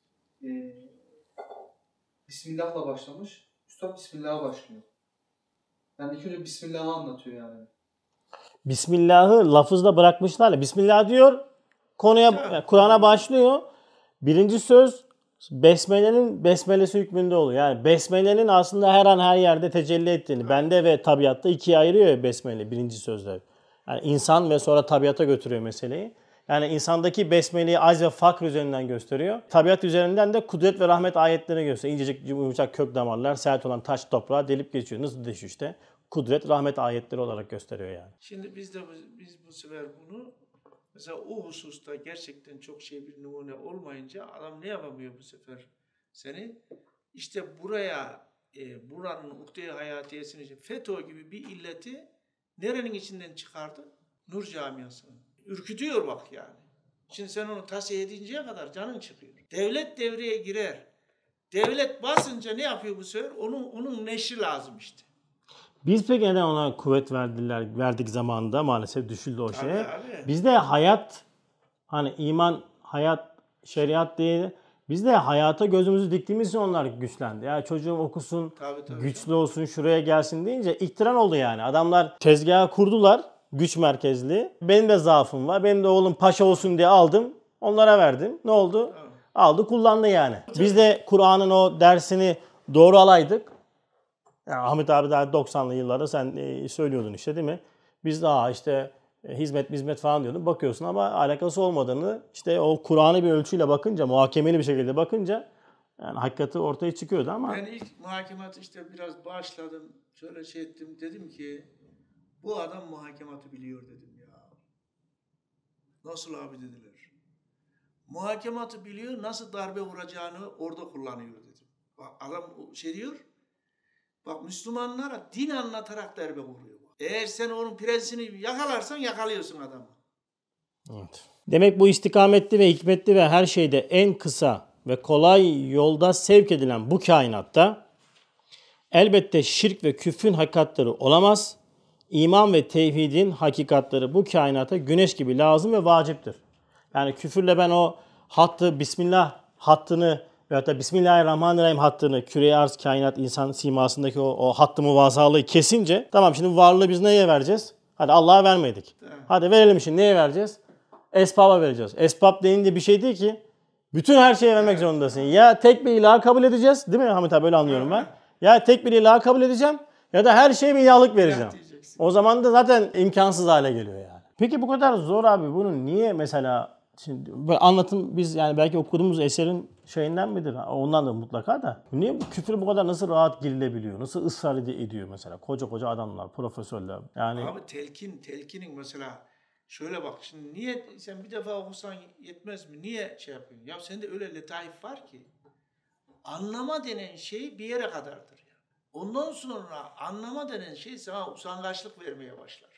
Speaker 6: Bismillah'la başlamış. Üstad Bismillah'a başlıyor. Yani ilk önce Bismillah'ı anlatıyor yani.
Speaker 1: Bismillah'ı lafızda bırakmışlar ya. Bismillah diyor, konuya Kur'an'a başlıyor. Birinci söz Besmele'nin besmelesi hükmünde oluyor. Yani Besmele'nin aslında her an her yerde tecelli ettiğini, bende ve tabiatta ikiye ayırıyor ya Besmele birinci sözde. Yani insan ve sonra tabiata götürüyor meseleyi. Yani insandaki besmeleyi acz ve fakr üzerinden gösteriyor. Tabiat üzerinden de kudret ve rahmet ayetlerini gösteriyor. İncecik yumuşak kök damarlar, sert olan taş toprağa delip geçiyor. Nasıl deşiyor işte? Kudret, rahmet ayetleri olarak gösteriyor yani.
Speaker 2: Şimdi biz bu sefer bunu mesela o hususta gerçekten çok bir numune olmayınca adam ne yapamıyor bu sefer seni? İşte buraya buranın ukde-i hayatiyesini, FETÖ gibi bir illeti nerenin içinden çıkardı? Nur Camiası'nın. Ürkütüyor bak yani. Şimdi sen onu tasfiye edinceye kadar canın çıkıyor. Devlet devreye girer. Devlet basınca ne yapıyor bu sefer? Onun neşri lazım işte.
Speaker 1: Biz peki neden ona kuvvet verdik zamanında, maalesef düşüldü o şeye.
Speaker 2: Abi.
Speaker 1: Bizde hayat, hani iman, hayat, şeriat değil. Biz de hayata gözümüzü diktiğimiz için onlar güçlendi. Ya çocuğum okusun,
Speaker 2: Tabii.
Speaker 1: güçlü olsun, şuraya gelsin deyince iktiran oldu yani. Adamlar tezgahı kurdular, güç merkezli. Benim de zaafım var. Benim de oğlum paşa olsun diye aldım. Onlara verdim. Ne oldu?
Speaker 2: Tabii.
Speaker 1: Aldı, kullandı yani. Biz de Kur'an'ın o dersini doğru alaydık. Yani Ahmet abi daha 90'lı yıllarda sen söylüyordun işte, değil mi? Biz daha işte hizmet falan diyordun. Bakıyorsun ama alakası olmadığını, işte o Kur'an'ı bir ölçüyle bakınca, muhakemeli bir şekilde bakınca yani hakikati ortaya çıkıyordu ama.
Speaker 2: Ben ilk muhakemat işte biraz başladım. Şöyle şey ettim. Dedim ki bu adam muhakematı biliyor dedim ya. Nasıl abi dediler. Muhakematı biliyor, nasıl darbe vuracağını orada kullanıyor dedim. Bak adam şey diyor. Bak Müslümanlara din anlatarak darbe vuruyor. Eğer sen onun prensini yakalarsan yakalıyorsun adamı.
Speaker 1: Evet. Demek bu istikametli ve hikmetli ve her şeyde en kısa ve kolay yolda sevk edilen bu kainatta elbette şirk ve küfrün hakikatleri olamaz. İman ve tevhidin hakikatleri bu kainata güneş gibi lazım ve vaciptir. Yani küfürle ben o hattı, Bismillah hattını veyahut da Bismillahirrahmanirrahim hattını, küre arz, kainat, insan simasındaki o hattı muvazalığı kesince, tamam şimdi varlığı biz neye vereceğiz? Hadi Allah'a vermedik. Hadi verelim şimdi, neye vereceğiz? Esbaba vereceğiz. Esbab deyince bir şey değil ki. Bütün her şeye vermek zorundasın. Ya tek bir ilahı kabul edeceğiz, değil mi Hamit abi, öyle anlıyorum ben. Ya tek bir ilahı kabul edeceğim ya da her şeye bir ilahlık vereceğim. O zaman da zaten imkansız hale geliyor yani. Peki bu kadar zor abi, bunu niye mesela, şimdi anlatım biz yani belki okuduğumuz eserin şeyinden midir? Ondan da mutlaka da. Niye bu küfür bu kadar nasıl rahat girilebiliyor? Nasıl ısrar ediyor mesela? Koca adamlar, profesörler. Yani
Speaker 2: abi telkinin mesela şöyle bak, şimdi niye sen bir defa okusan yetmez mi? Niye şey yapıyorsun? Ya sende öyle letaif var ki anlama denen şey bir yere kadardır. Yani. Ondan sonra anlama denen şey sana usangaçlık vermeye başlar.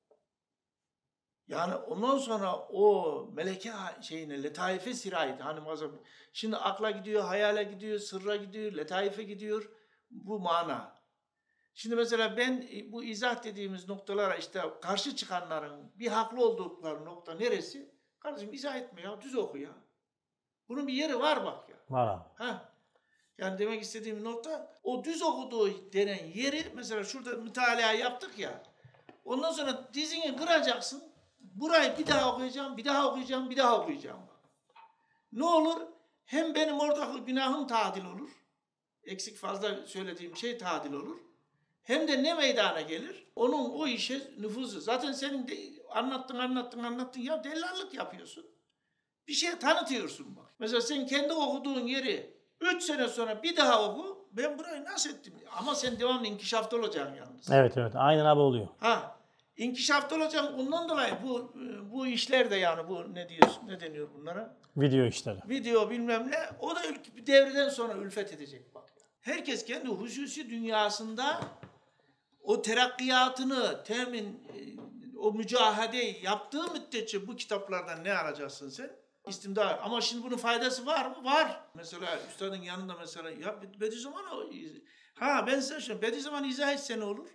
Speaker 2: Yani ondan sonra o meleke şeyine, letaife sirayet, hani şimdi akla gidiyor, hayale gidiyor, sırra gidiyor, letaife gidiyor, bu mana. Şimdi mesela ben bu izah dediğimiz noktalara, işte karşı çıkanların bir haklı oldukları nokta neresi? Kardeşim izah etme ya, düz oku ya. Bunun bir yeri var bak ya.
Speaker 1: var abi.
Speaker 2: Ha. Yani demek istediğim nokta, o düz okuduğu denen yeri, mesela şurada mütalaa yaptık ya. Ondan sonra dizini kıracaksın. Burayı bir daha okuyacağım, bir daha okuyacağım, bir daha okuyacağım. Ne olur? Hem benim oradaki günahım tadil olur. Eksik fazla söylediğim şey tadil olur. Hem de ne meydana gelir? Onun o işe nüfuzu. Zaten senin de anlattın ya, dellallık yapıyorsun. Bir şey tanıtıyorsun bak. Mesela sen kendi okuduğun yeri 3 sene sonra bir daha oku. Ben burayı nasıl ettim? Ama sen devamlı inkişafta olacaksın yalnız.
Speaker 1: Evet. Aynen abi oluyor.
Speaker 2: İnkişafta olacaksın. Ondan dolayı bu işler de, yani bu ne deniyor bunlara?
Speaker 1: Video işleri.
Speaker 2: Video bilmem ne. O da bir devreden sonra ülfet edecek bak. Herkes kendi hususi dünyasında o terakkiyatını o mücahadeyi yaptığı müddetçe bu kitaplardan ne alacaksın sen? İstimdar. Ama şimdi bunun faydası var mı? Var. Mesela üstadın yanında mesela ya Bediüzzaman ben size söyleyeyim. Bediüzzaman izah etse ne olur?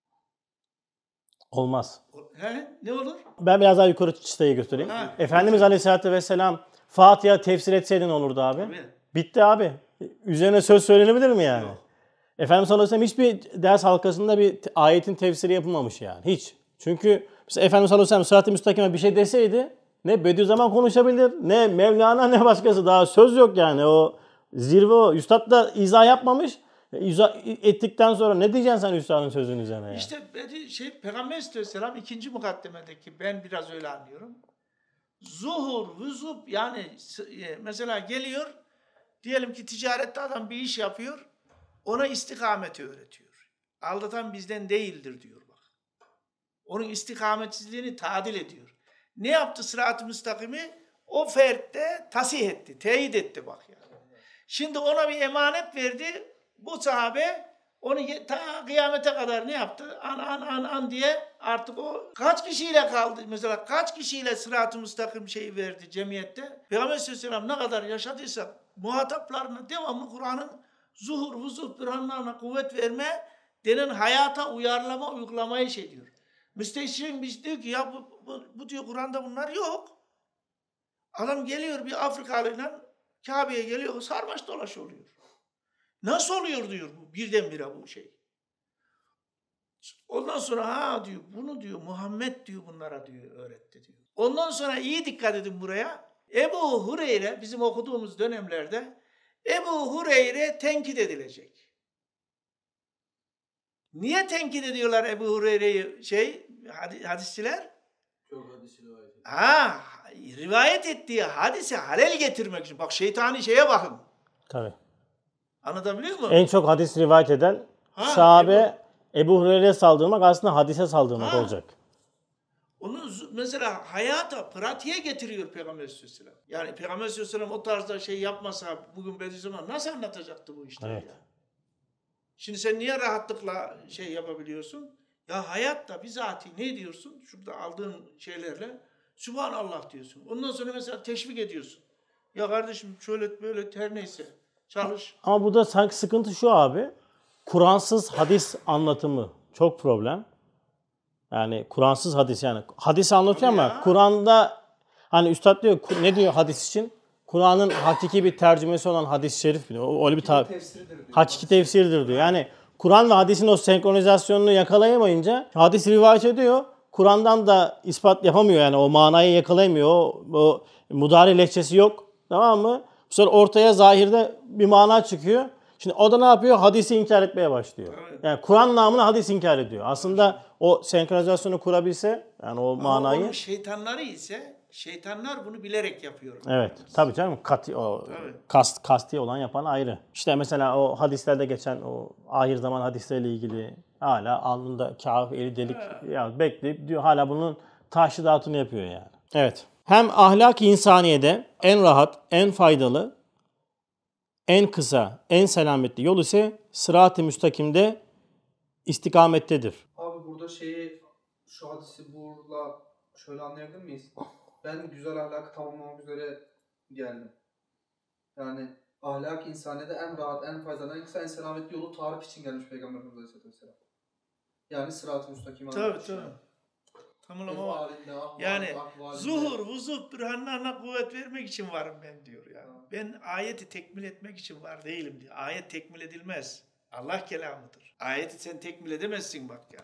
Speaker 1: Olmaz.
Speaker 2: Ne olur?
Speaker 1: Ben biraz daha yukarı çıtayı göstereyim. Efendimiz Aleyhisselatü Vesselam Fatiha tefsir etseydi ne olurdu abi?
Speaker 2: Tabii.
Speaker 1: Bitti abi. Üzerine söz söylenebilir mi yani? Yok. Efendimiz sallallahu aleyhi ve sellem hiçbir ders halkasında bir ayetin tefsiri yapılmamış yani. Hiç. Çünkü mesela Efendimiz sallallahu aleyhi ve sellem sırat-ı müstakime bir şey deseydi ne Bediüzzaman konuşabilir, ne Mevlana, ne başkası. Daha söz yok yani. O zirve o. Üstad da izah yapmamış. İzah ettikten sonra ne diyeceksin sen üstadın sözünün üzerine ya?
Speaker 2: İşte Peygamber Aleyhisselam 2. mukaddemedeki, ben biraz öyle anlıyorum. Zuhur, vüzub, yani mesela geliyor, diyelim ki ticarette adam bir iş yapıyor, ona istikameti öğretiyor. Aldatan bizden değildir diyor bak. Onun istikametsizliğini tadil ediyor. Ne yaptı sırat-ı müstakimi? O fertte tasih etti, teyit etti bak yani. Şimdi ona bir emanet verdi. Bu sahabe Onu ta kıyamete kadar ne yaptı? An diye artık o kaç kişiyle kaldı? Mesela kaç kişiyle sırat-ı müstakim şeyi verdi cemiyette? Peygamber Aleyhisselam ne kadar yaşadıysa muhataplarına devamlı Kur'an'ın zuhur, vuzuh, bürhanlarına kuvvet verme denen hayata uyarlama, uygulamayı şey diyor. Müsteşrik biz diyor ki ya bu diyor Kur'an'da bunlar yok. Adam geliyor bir Afrikalıyla Kabe'ye geliyor, sarmaş dolaş oluyor. Nasıl oluyor diyor bu birdenbire bu şey. Ondan sonra diyor bunu diyor Muhammed diyor bunlara diyor öğretti diyor. Ondan sonra iyi dikkat edin buraya. Ebu Hureyre bizim okuduğumuz dönemlerde Ebu Hureyre tenkit edilecek. Niye tenkit ediyorlar Ebu Hureyre'yi hadisçiler?
Speaker 7: Çok hadis rivayet ediyor.
Speaker 2: Rivayet ettiği hadise halel getirmek için. Bak şeytani şeye bakın.
Speaker 1: Tabii.
Speaker 2: Anlatabiliyor muyum?
Speaker 1: En çok hadis rivayet eden sahabe Ebu Hureyre'ye saldırmak aslında hadise saldırmak olacak.
Speaker 2: Onu mesela hayata, pratiğe getiriyor Peygamber Aleyhisselam. Yani Peygamber Aleyhisselam o tarzda şey yapmasa bugün Bediüzzaman nasıl anlatacaktı bu işleri
Speaker 1: Evet.
Speaker 2: ya? Şimdi sen niye rahatlıkla şey yapabiliyorsun? Ya hayatta bizatihi ne diyorsun? Şurada aldığın şeylerle Sübhanallah diyorsun. Ondan sonra mesela teşvik ediyorsun. Ya kardeşim şöyle böyle her neyse çalış.
Speaker 1: Ama burada sanki sıkıntı şu abi. Kur'ansız hadis anlatımı çok problem. Yani Kur'ansız hadis yani. Hadis anlatıyor ama Kur'an'da hani üstad diyor ne diyor hadis için? Kur'an'ın hakiki bir tercümesi olan hadis-i şerif diyor. Öyle bir hakiki tefsiridir diyor. Yani Kur'an ve hadisin o senkronizasyonunu yakalayamayınca hadis rivayet ediyor. Kur'an'dan da ispat yapamıyor yani o manayı yakalayamıyor. O mudari lehçesi yok. Tamam mı? Bu sefer ortaya zahirde bir mana çıkıyor. Şimdi o da ne yapıyor? Hadisi inkar etmeye başlıyor. Yani Kur'an namına hadis inkar ediyor. Aslında o senkronizasyonu kurabilse yani o manayı.
Speaker 2: Onun şeytanları ise şeytanlar bunu bilerek yapıyor.
Speaker 1: Evet. Tabii canım. Kasti olan yapan ayrı. İşte mesela o hadislerde geçen o ahir zaman hadisleriyle ilgili hala alnında kâf, eli delik ya bekleyip diyor hala bunun taşidatını yapıyor yani. Evet. Hem ahlak-ı insaniyede en rahat, en faydalı, en kısa, en selametli yol ise sırat-ı müstakimde istikamettedir.
Speaker 6: Abi burada şu hadisi burada şöyle anlayabilir miyiz? Ben güzel ahlakı tamamlamak üzere geldim. Yani ahlak insaniyede en rahat, en faydalı, en kısa, en selametli yolu tarif için gelmiş Peygamberimiz Aleyhisselatü Vesselam. Yani sırat-ı müstakime anlamış.
Speaker 2: Tabii. Tamam ama yani zuhur, vuzuh, bürhanlarına kuvvet vermek için varım ben diyor yani. Ben ayeti tekmil etmek için var değilim diyor. Ayet tekmil edilmez. Allah kelamıdır. Ayeti sen tekmil edemezsin bak yani.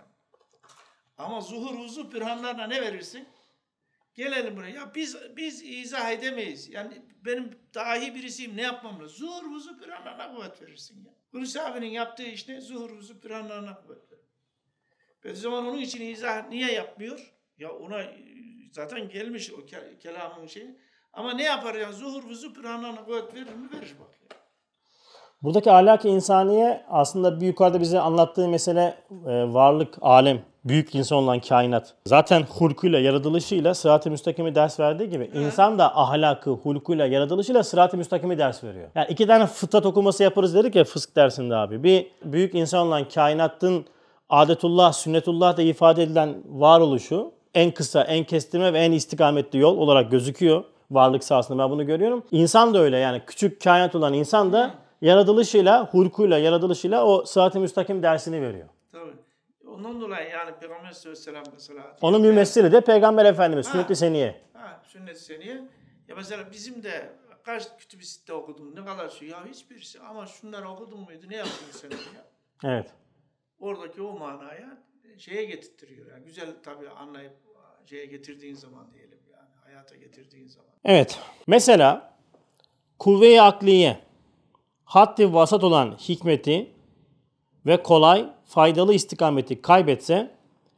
Speaker 2: Ama zuhur, vuzuh, bürhanlarına ne verirsin? Gelelim buraya. Ya biz izah edemeyiz. Yani benim dahi birisiyim ne yapmam lazım? Zuhur, vuzuh, bürhanlarına kuvvet verirsin ya. Hulusi abinin yaptığı iş ne? Zuhur, vuzuh, bürhanlarına kuvvet verir. Bediüzzaman onun için izah niye yapmıyor? Ya ona zaten gelmiş o kelamın şeyi. Ama ne yapar ya? Zuhur, vuzuh, bürhanlarına kuvvet verir mi? Verir bak ya.
Speaker 1: Buradaki ahlak-ı insaniye aslında bir yukarıda bize anlattığı mesele varlık, alem, büyük insan olan kainat. Zaten hulkuyla, yaratılışıyla sırat-ı müstakimi ders verdiği gibi insan da ahlakı, hulkuyla, yaratılışıyla sırat-ı müstakimi ders veriyor. Yani 2 tane fıtrat okuması yaparız dedik ya fısk dersinde abi. Bir büyük insan olan kainatın adetullah, sünnetullah da ifade edilen varoluşu en kısa, en kestirme ve en istikametli yol olarak gözüküyor. Varlık sahasında ben bunu görüyorum. İnsan da öyle yani küçük kainat olan insan da yaratılışıyla, hulkuyla, yaratılışıyla o sırat-ı müstakim dersini veriyor.
Speaker 2: Tabii. Ondan dolayı yani Peygamber Aleyhisselam mesela.
Speaker 1: Onun mümessili de Peygamber Efendimiz, Sünnet-i Seniye.
Speaker 2: Sünnet-i Seniye. Ya mesela bizim de kaç kütüb-i sitte okudum, ne kadar şey ya hiçbirisi ama şunları okudun muydu, ne yaptın sen ya?
Speaker 1: Evet.
Speaker 2: Oradaki o manaya şeye getirtiyor. Yani güzel tabii anlayıp şeye getirdiğin zaman diyelim yani hayata getirdiğin zaman.
Speaker 1: Evet. Mesela kuvve-i akliye, haddi vasat olan hikmeti ve kolay, faydalı istikameti kaybetse,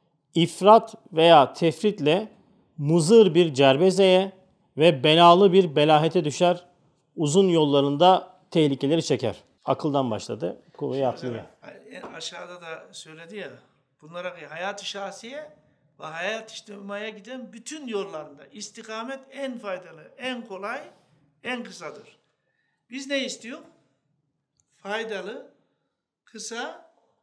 Speaker 1: ifrat veya tefritle muzır bir cerbezeye ve belalı bir belahete düşer, uzun yollarında tehlikeleri çeker. Akıldan başladı. Kuvve-i akliye.
Speaker 2: Aşağıda da söyledi ya, bunlara hayat-ı şahsiye ve hayat-ı içtimaiye giden bütün yollarında istikamet en faydalı, en kolay, en kısadır. Biz ne istiyor? Faydalı, kısa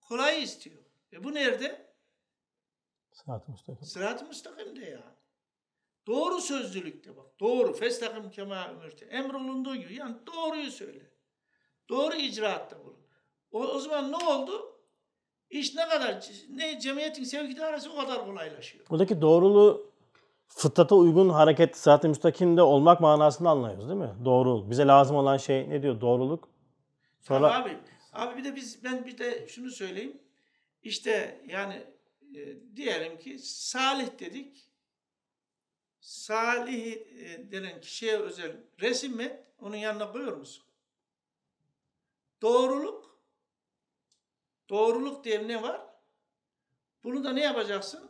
Speaker 2: Kolay istiyor. Bu nerede?
Speaker 1: Sırat-ı müstakim.
Speaker 2: Sırat-ı müstakimde yani. Doğru sözlülükte bak. Doğru. Festakim kema ümirte. Emrolunduğu gibi. Yani doğruyu söyle. Doğru icraatta bulun. O zaman ne oldu? İş ne kadar, cemiyetin sevk idaresi o kadar kolaylaşıyor.
Speaker 1: Buradaki doğruluğu fıtrata uygun hareket sırat-ı müstakimde olmak manasında anlıyoruz değil mi? Doğruluk. Bize lazım olan şey ne diyor? Doğruluk. Sonra...
Speaker 2: Abi bir de ben bir de şunu söyleyeyim. İşte yani diyelim ki salih dedik. Salih denen kişiye özel resim et. Onun yanına koyuyor musun? Doğruluk. Doğruluk diye ne var? Bunu da ne yapacaksın?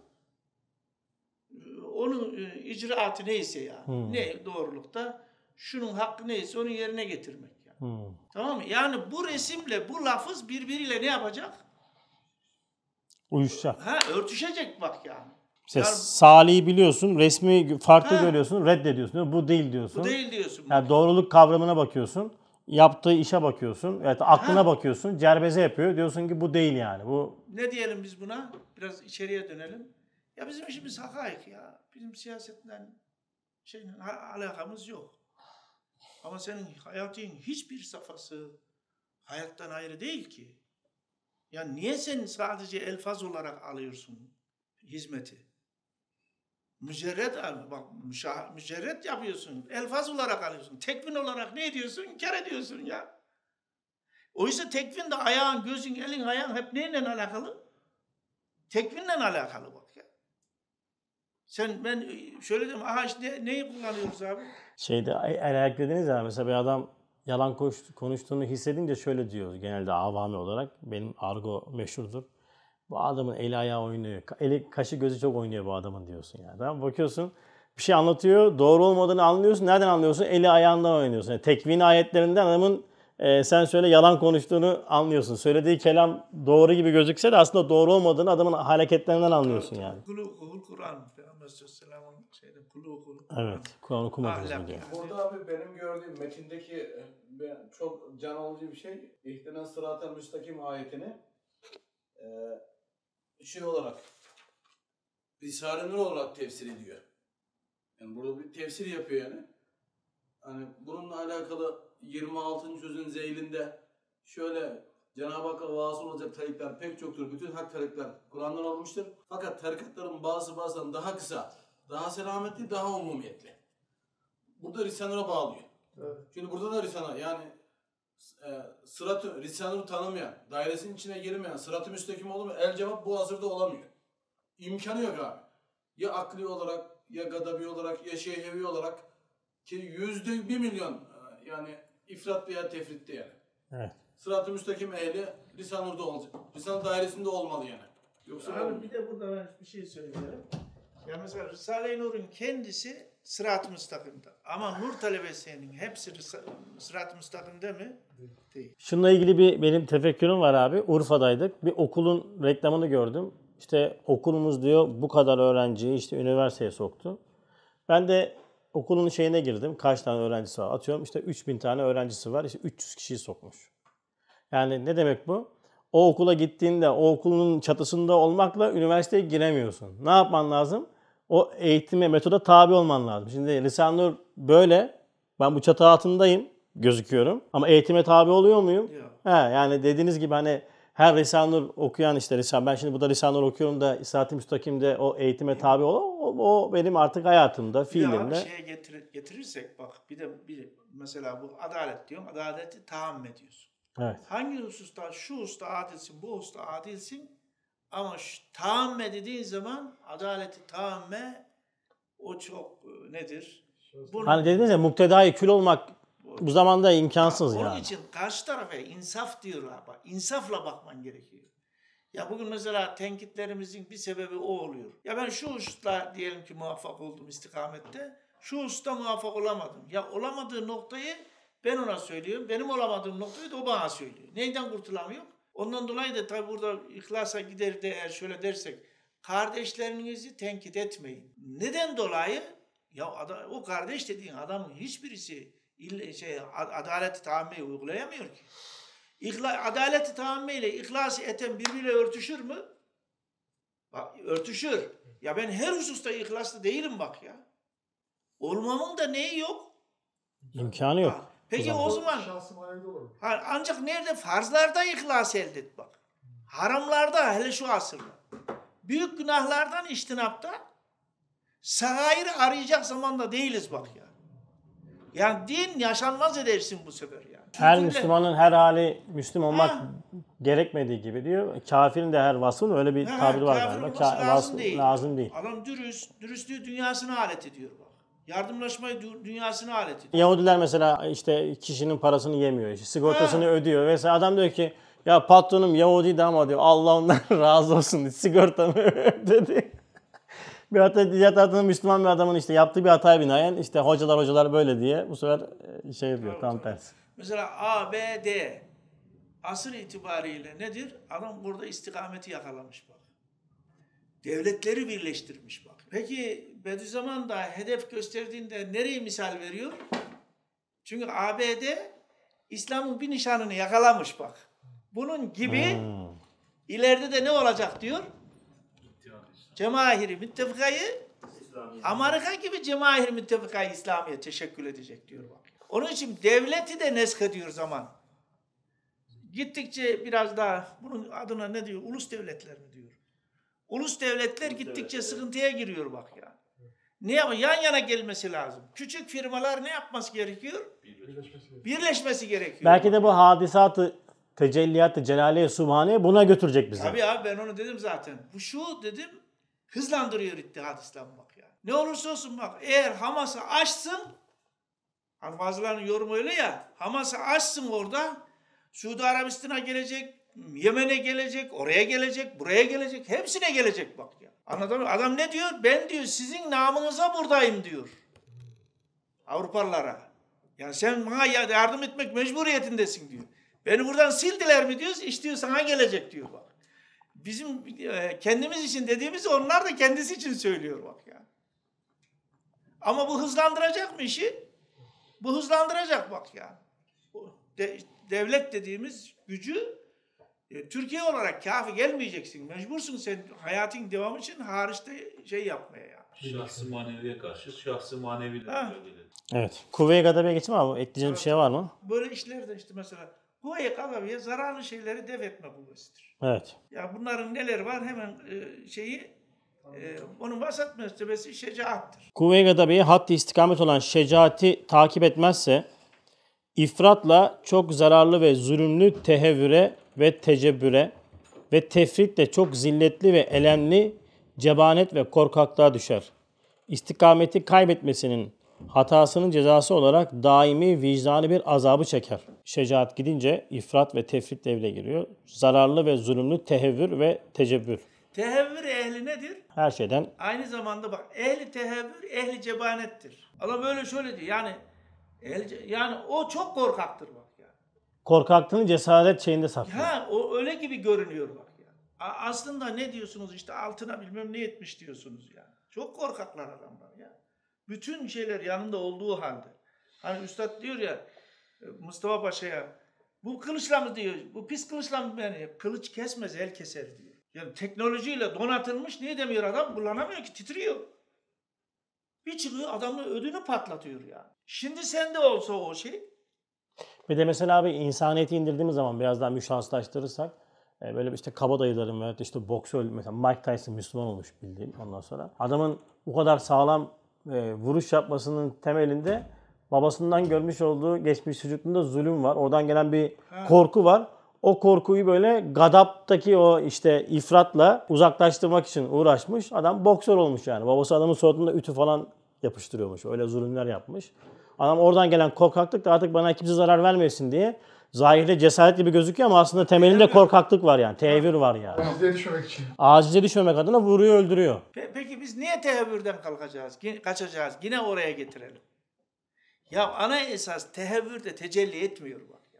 Speaker 2: Onun icraatı neyse yani. Ne doğrulukta? Şunun hakkı neyse onu yerine getirmek. Yani. Tamam mı? Yani bu resimle bu lafız birbiriyle ne yapacak?
Speaker 1: Uyuşacak.
Speaker 2: Örtüşecek bak yani.
Speaker 1: Yani, Salih'i biliyorsun, resmi farklı görüyorsun, reddediyorsun. Bu değil diyorsun.
Speaker 2: Bu değil diyorsun.
Speaker 1: Yani doğruluk kavramına bakıyorsun. Yaptığı işe bakıyorsun. Evet, aklına bakıyorsun. Cerbeze yapıyor. Diyorsun ki bu değil yani. Bu
Speaker 2: ne diyelim biz buna? Biraz içeriye dönelim. Ya bizim işimiz hakaik ya. Bizim siyasetten alakamız yok. Ama senin hayatın hiçbir safhası hayattan ayrı değil ki. Yani niye sen sadece elfaz olarak alıyorsun hizmeti? Mücerred bak mücerred yapıyorsun. Elfaz olarak alıyorsun. Tekvin olarak ne ediyorsun? İnkar ediyorsun ya. Oysa tekvin de ayağın, gözün, elin, ayağın hep neyle alakalı? Tekvinle alakalı bak ya. Ben şöyle dedim. İşte neyi kullanıyoruz abi?
Speaker 1: Ayak dediniz ya mesela bir adam yalan konuştuğunu hissedince şöyle diyoruz genelde avami olarak. Benim argo meşhurdur. Bu adamın eli ayağı oynuyor. Eli, kaşı gözü çok oynuyor bu adamın diyorsun yani. Tamam, bakıyorsun bir şey anlatıyor. Doğru olmadığını anlıyorsun. Nereden anlıyorsun? Eli ayağından oynuyorsun. Yani tekvin ayetlerinden adamın sen söyle yalan konuştuğunu anlıyorsun. Söylediği kelam doğru gibi gözükse de aslında doğru olmadığını adamın hareketlerinden anlıyorsun yani.
Speaker 2: Kur'an. Peygamber Aleyhisselam'ın kulu.
Speaker 1: Evet. Kur'an okumadınız mı diyor.
Speaker 7: Burada abi benim gördüğüm metindeki çok can alıcı bir şey. İhtinen sıratel müstakim ayetini olarak Risale-i Nur olarak tefsir ediyor. Yani burada bir tefsir yapıyor yani. Hani bununla alakalı 26. sözün zeylinde şöyle Cenab-ı Hakk'a vasıl olacak tarikler pek çoktur. Bütün hak tarikler Kur'an'dan alınmıştır. Fakat tarikatların bazılarından daha kısa, daha selametli, daha umumiyetli. Burada Risale-i Nur'a bağlıyor. Evet. Çünkü burada da Risale-i yani Risale-i Nur'u tanımayan, dairesinin içine girmeyen, sırat-ı müstakim olur mu? El cevap bu asırda olamıyor. İmkanı yok abi. Ya akli olarak, ya gadabi olarak, ya şehvi olarak ki %1.000.000 yani ifrat veya tefritte yani.
Speaker 1: Evet.
Speaker 7: Sırat-ı müstakim ehli Risale-i Nur'da olacak. Risale dairesinde olmalı yani.
Speaker 2: Yoksa abi bir de burada ben bir şey söyleyeyim. Ya mesela Risale-i Nur'un kendisi Sırat-ı Müstakim'de. Ama Nur talebesinin hepsi Sırat-ı Müstakim'de mi? Değil.
Speaker 1: Şununla ilgili benim tefekkürüm var abi. Urfa'daydık. Bir okulun reklamını gördüm. İşte okulumuz diyor bu kadar öğrenciyi işte üniversiteye soktu. Ben de okulun şeyine girdim. Kaç tane öğrencisi var? Atıyorum işte 3000 tane öğrencisi var. İşte 300 kişiyi sokmuş. Yani ne demek bu? O okula gittiğinde o okulun çatısında olmakla üniversiteye giremiyorsun. Ne yapman lazım? O eğitime, metoda tabi olman lazım. Şimdi Risale-i Nur böyle. Ben bu çatı altındayım. Gözüküyorum. Ama eğitime tabi oluyor muyum? Yani dediğiniz gibi hani her Risale-i Nur okuyan işte ben şimdi burada Risale-i Nur okuyorum da Sırat-ı Müstakim'de o eğitime tabi o benim artık hayatımda, fiilimde.
Speaker 2: Bir şeye getirirsek bak bir de mesela bu adalet diyorum. Adaleti tahammül ediyorsun.
Speaker 1: Evet.
Speaker 2: Hangi hususta şu hususta adilsin, bu hususta adilsin ama tahammül dediğin zaman adaleti tahammül o çok nedir?
Speaker 1: Hani dediniz ya muktedai kül olmak bu zamanda imkansız yani.
Speaker 2: Onun için karşı tarafa insaf diyor abi. İnsafla bakman gerekiyor. Ya bugün mesela tenkitlerimizin bir sebebi o oluyor. Ya ben şu hususta diyelim ki muvaffak oldum istikamette. Şu hususta muvaffak olamadım. Ya olamadığı noktayı ben ona söylüyorum. Benim olamadığım noktayı da o bana söylüyor. Neyden kurtulamıyor? Ondan dolayı da tabi burada ihlasa gider de eğer şöyle dersek kardeşlerinizi tenkit etmeyin. Neden dolayı? Ya o kardeş dediğin adamın hiçbirisi adaleti tahammülü uygulayamıyor ki. Adaleti taammeyle ihlası eten birbiriyle örtüşür mü? Bak, örtüşür. Ya ben her hususta ihlaslı değilim bak ya. Olmamın da neyi yok?
Speaker 1: İmkanı yok.
Speaker 2: Peki o zaman ancak nerede? Farzlarda ihlas elde et bak. Haramlarda, hele şu asırda. Büyük günahlardan içtinapta sagair'i arayacak zamanda değiliz bak ya. Yani din yaşanmaz edersin bu sefer yani.
Speaker 1: Her Müslümanın her hali Müslüm olmak gerekmediği gibi diyor. Kafirin de her vasfın öyle bir tabiri var galiba. Lazım değil.
Speaker 2: Adam dürüstlüğü dünyasına alet ediyor bak. Yardımlaşmayı dünyasına alet ediyor.
Speaker 1: Yahudiler mesela işte kişinin parasını yemiyor, işte sigortasını ödüyor vesaire. Adam diyor ki ya patronum Yahudiydi ama diyor Allah ondan razı olsun sigortamı ödedi. Bir hatta Müslüman bir adamın işte yaptığı bir hataya binaen işte hocalar böyle diye bu sefer şey yapıyor tam tersi.
Speaker 2: Mesela ABD asır itibariyle nedir? Adam burada istikameti yakalamış bak. Devletleri birleştirmiş bak. Peki Bediüzzaman da hedef gösterdiğinde nereyi misal veriyor? Çünkü ABD İslam'ın bir nişanını yakalamış bak. Bunun gibi ileride de ne olacak diyor? Cemahiri müttefıkayı Amerika gibi cemahiri müttefıkayı İslamiye teşekkül edecek diyor bak. Onun için devleti de nesk ediyor zaman. Gittikçe biraz daha bunun adına ne diyor? Ulus devletler mi diyor? Ulus devletler gittikçe sıkıntıya giriyor bak ya. Ne yapıyor? Yan yana gelmesi lazım. Küçük firmalar ne yapması gerekiyor? Birleşmesi gerekiyor.
Speaker 1: Belki de bu hadisatı tecelliyat-ı celaliye subhaniye buna götürecek bizi.
Speaker 2: Tabii abi ben onu dedim zaten. Bu şu dedim hızlandırıyor İttihad İslam bak ya. Ne olursa olsun bak eğer Hamas'ı açsın hani bazılarının yorumu öyle ya Hamas'ı açsın orada Suudi Arabistan'a gelecek, Yemen'e gelecek, oraya gelecek, buraya gelecek, hepsine gelecek bak ya. Anladın mı? Adam ne diyor? Ben diyor sizin namınıza buradayım diyor. Avrupalılara. Yani sen bana yardım etmek mecburiyetindesin diyor. Beni buradan sildiler mi diyoruz? İşte diyor sana gelecek diyor bak. Bizim kendimiz için dediğimiz onlar da kendisi için söylüyor bak ya. Ama bu hızlandıracak mı işi? Bu hızlandıracak bak ya. Devlet dediğimiz gücü Türkiye olarak kafi gelmeyeceksin. Mecbursun sen hayatın devamı için hariçte şey yapmaya ya.
Speaker 3: Şahsı maneviye karşı şahsı maneviyle.
Speaker 1: Evet. Kuvve-i Gadabe'ye geçeyim abi. Ekleyeceğim bir şey var mı?
Speaker 2: Böyle işlerde işte mesela Kuvve-i Gadabe'ye zararlı şeyleri def etme kuvvesidir.
Speaker 1: Evet.
Speaker 2: Ya bunların neler var hemen onun vasat mertebesi şecaattır.
Speaker 1: Kuvve-i Gadabe'ye hadd-i istikamet olan şecaati takip etmezse ifratla çok zararlı ve zulümlü tehevvüre ve tecebbüre ve tefritle çok zilletli ve elemli cebanet ve korkaklığa düşer. İstikameti kaybetmesinin hatasının cezası olarak daimi vicdani bir azabı çeker. Şecaat gidince ifrat ve tefrit devreye giriyor. Zararlı ve zulümlü tehevvür ve tecebbür.
Speaker 2: Tehevvür ehli nedir?
Speaker 1: Her şeyden.
Speaker 2: Aynı zamanda bak ehli tehevvür ehli cebanettir. Allah böyle şöyle diyor yani o çok korkaktır bak ya.
Speaker 1: Korkaklığını cesaret şeyinde saklıyor.
Speaker 2: Ha o öyle gibi görünüyor bak ya. Aslında ne diyorsunuz işte altına bilmem ne etmiş diyorsunuz ya. Çok korkaklar adamlar ya. Bütün şeyler yanında olduğu halde. Hani üstad diyor ya Mustafa Paşa'ya bu kılıçla mı diyor, bu pis kılıçla mı beni? Kılıç kesmez el keser diyor. Yani teknolojiyle donatılmış niye demiyor adam? Kullanamıyor ki titriyor. Bir çıkıyor adamın ödünü patlatıyor ya. Şimdi sende olsa o şey.
Speaker 1: Bir de mesela abi insaniyeti indirdiğimiz zaman biraz daha müşahslaştırırsak böyle işte kabadayıların veyahut işte boksör mesela Mike Tyson Müslüman olmuş bildiğin ondan sonra. Adamın bu kadar sağlam vuruş yapmasının temelinde babasından görmüş olduğu geçmiş çocukluğunda zulüm var. Oradan gelen bir korku var. O korkuyu böyle gadaptaki o işte ifratla uzaklaştırmak için uğraşmış. Adam boksör olmuş yani. Babası adamın suratında ütü falan yapıştırıyormuş. Öyle zulümler yapmış. Adam oradan gelen korkaklık da artık bana kimse zarar vermesin diye zahirde cesaret gibi gözüküyor ama aslında temelinde korkaklık var yani. Tehevvür var yani.
Speaker 4: Acize düşmemek için.
Speaker 1: Acize düşmemek adına vuruyor öldürüyor.
Speaker 2: Peki biz niye tehevvürden kaçacağız? Yine oraya getirelim. Ya ana esas tehevvürde tecelli etmiyor bak ya.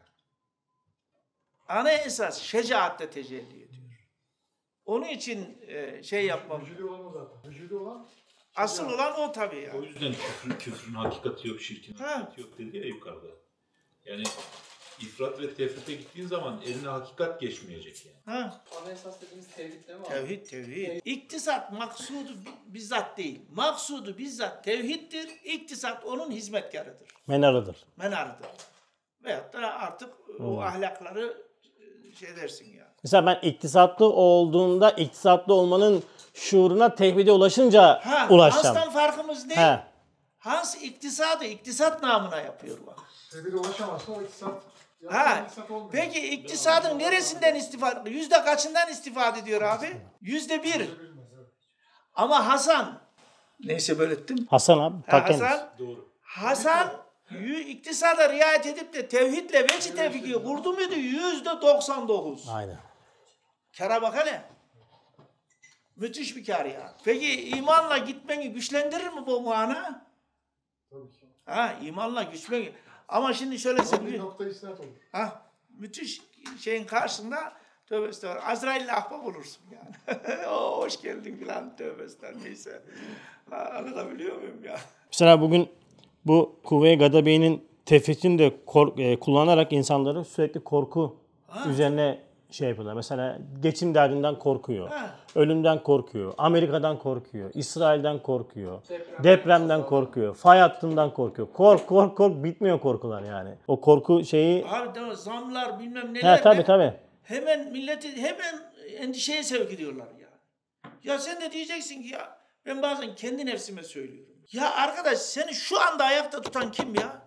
Speaker 2: Ana esas şecaatte tecelli ediyor. Onun için şey yapmam.
Speaker 4: Vücudu olan o zaten. Vücudu olan
Speaker 2: asıl olan o tabii ya.
Speaker 3: O yüzden küfrün hakikati yok, şirkin hakikati yok dedi ya yukarıda. Yani İfrat ve tefrite gittiğin zaman eline hakikat geçmeyecek yani.
Speaker 2: Ha?
Speaker 6: Ana esas dediğimiz tevhid değil mi abi?
Speaker 2: Tevhid. İktisat maksudu bizzat değil. Maksudu bizzat tevhiddir. İktisat onun hizmetkarıdır.
Speaker 1: Menarıdır.
Speaker 2: Menarıdır. Veyahut da artık o ahlakları şey dersin ya.
Speaker 1: Mesela ben iktisatlı olduğumda iktisatlı olmanın şuuruna tevhide ulaşınca ulaşacağım.
Speaker 2: Hans'tan farkımız ne?
Speaker 1: He.
Speaker 2: Hans iktisat namına yapıyor bak.
Speaker 4: Tevhide ulaşamazsa o iktisat. İktisat olmuyor.
Speaker 2: Peki iktisadın neresinden istifade? Yüzde kaçından istifade ediyor abi? %1. Ama Hasan, neyse böylettim.
Speaker 1: Hasan abi. Ta kendisi.
Speaker 2: Hasan iktisada riayet edip de tevhidle veçi tevfiki kurdu muydu? %99.
Speaker 1: Aynen.
Speaker 2: Kâra bak hele. Müthiş bir kâr ya. Peki imanla gitmeni güçlendirir mi bu mana?
Speaker 4: Tabii ki.
Speaker 2: İmanla güçmeni. Ama şimdi şöyle
Speaker 4: Bir
Speaker 2: söyleyeyim.
Speaker 4: nokta isnat olur.
Speaker 2: Müthiş şeyin karşısında tövbe estağfurullah. Azrail'le ahbap olursun yani. Hoş geldin filan tövbe estağfurullah. Neyse. Anlatabiliyor muyum ya?
Speaker 1: Mesela bugün bu Kuvve-i Gadabe'nin tefritini de kullanarak insanları sürekli korku üzerine şey yapıyorlar. Mesela geçim derdinden korkuyor. Ölümden korkuyor. Amerika'dan korkuyor. İsrail'den korkuyor. Depremden korkuyor. Fay hattından korkuyor. Kork bitmiyor korkular yani. O korku şeyi...
Speaker 2: Abi tamam, zamlar bilmem neler.
Speaker 1: Tabii.
Speaker 2: Hemen milleti endişeye sevk ediyorlar ya. Ya sen de diyeceksin ki ya ben bazen kendi nefsime söylüyorum. Ya arkadaş seni şu anda ayakta tutan kim ya?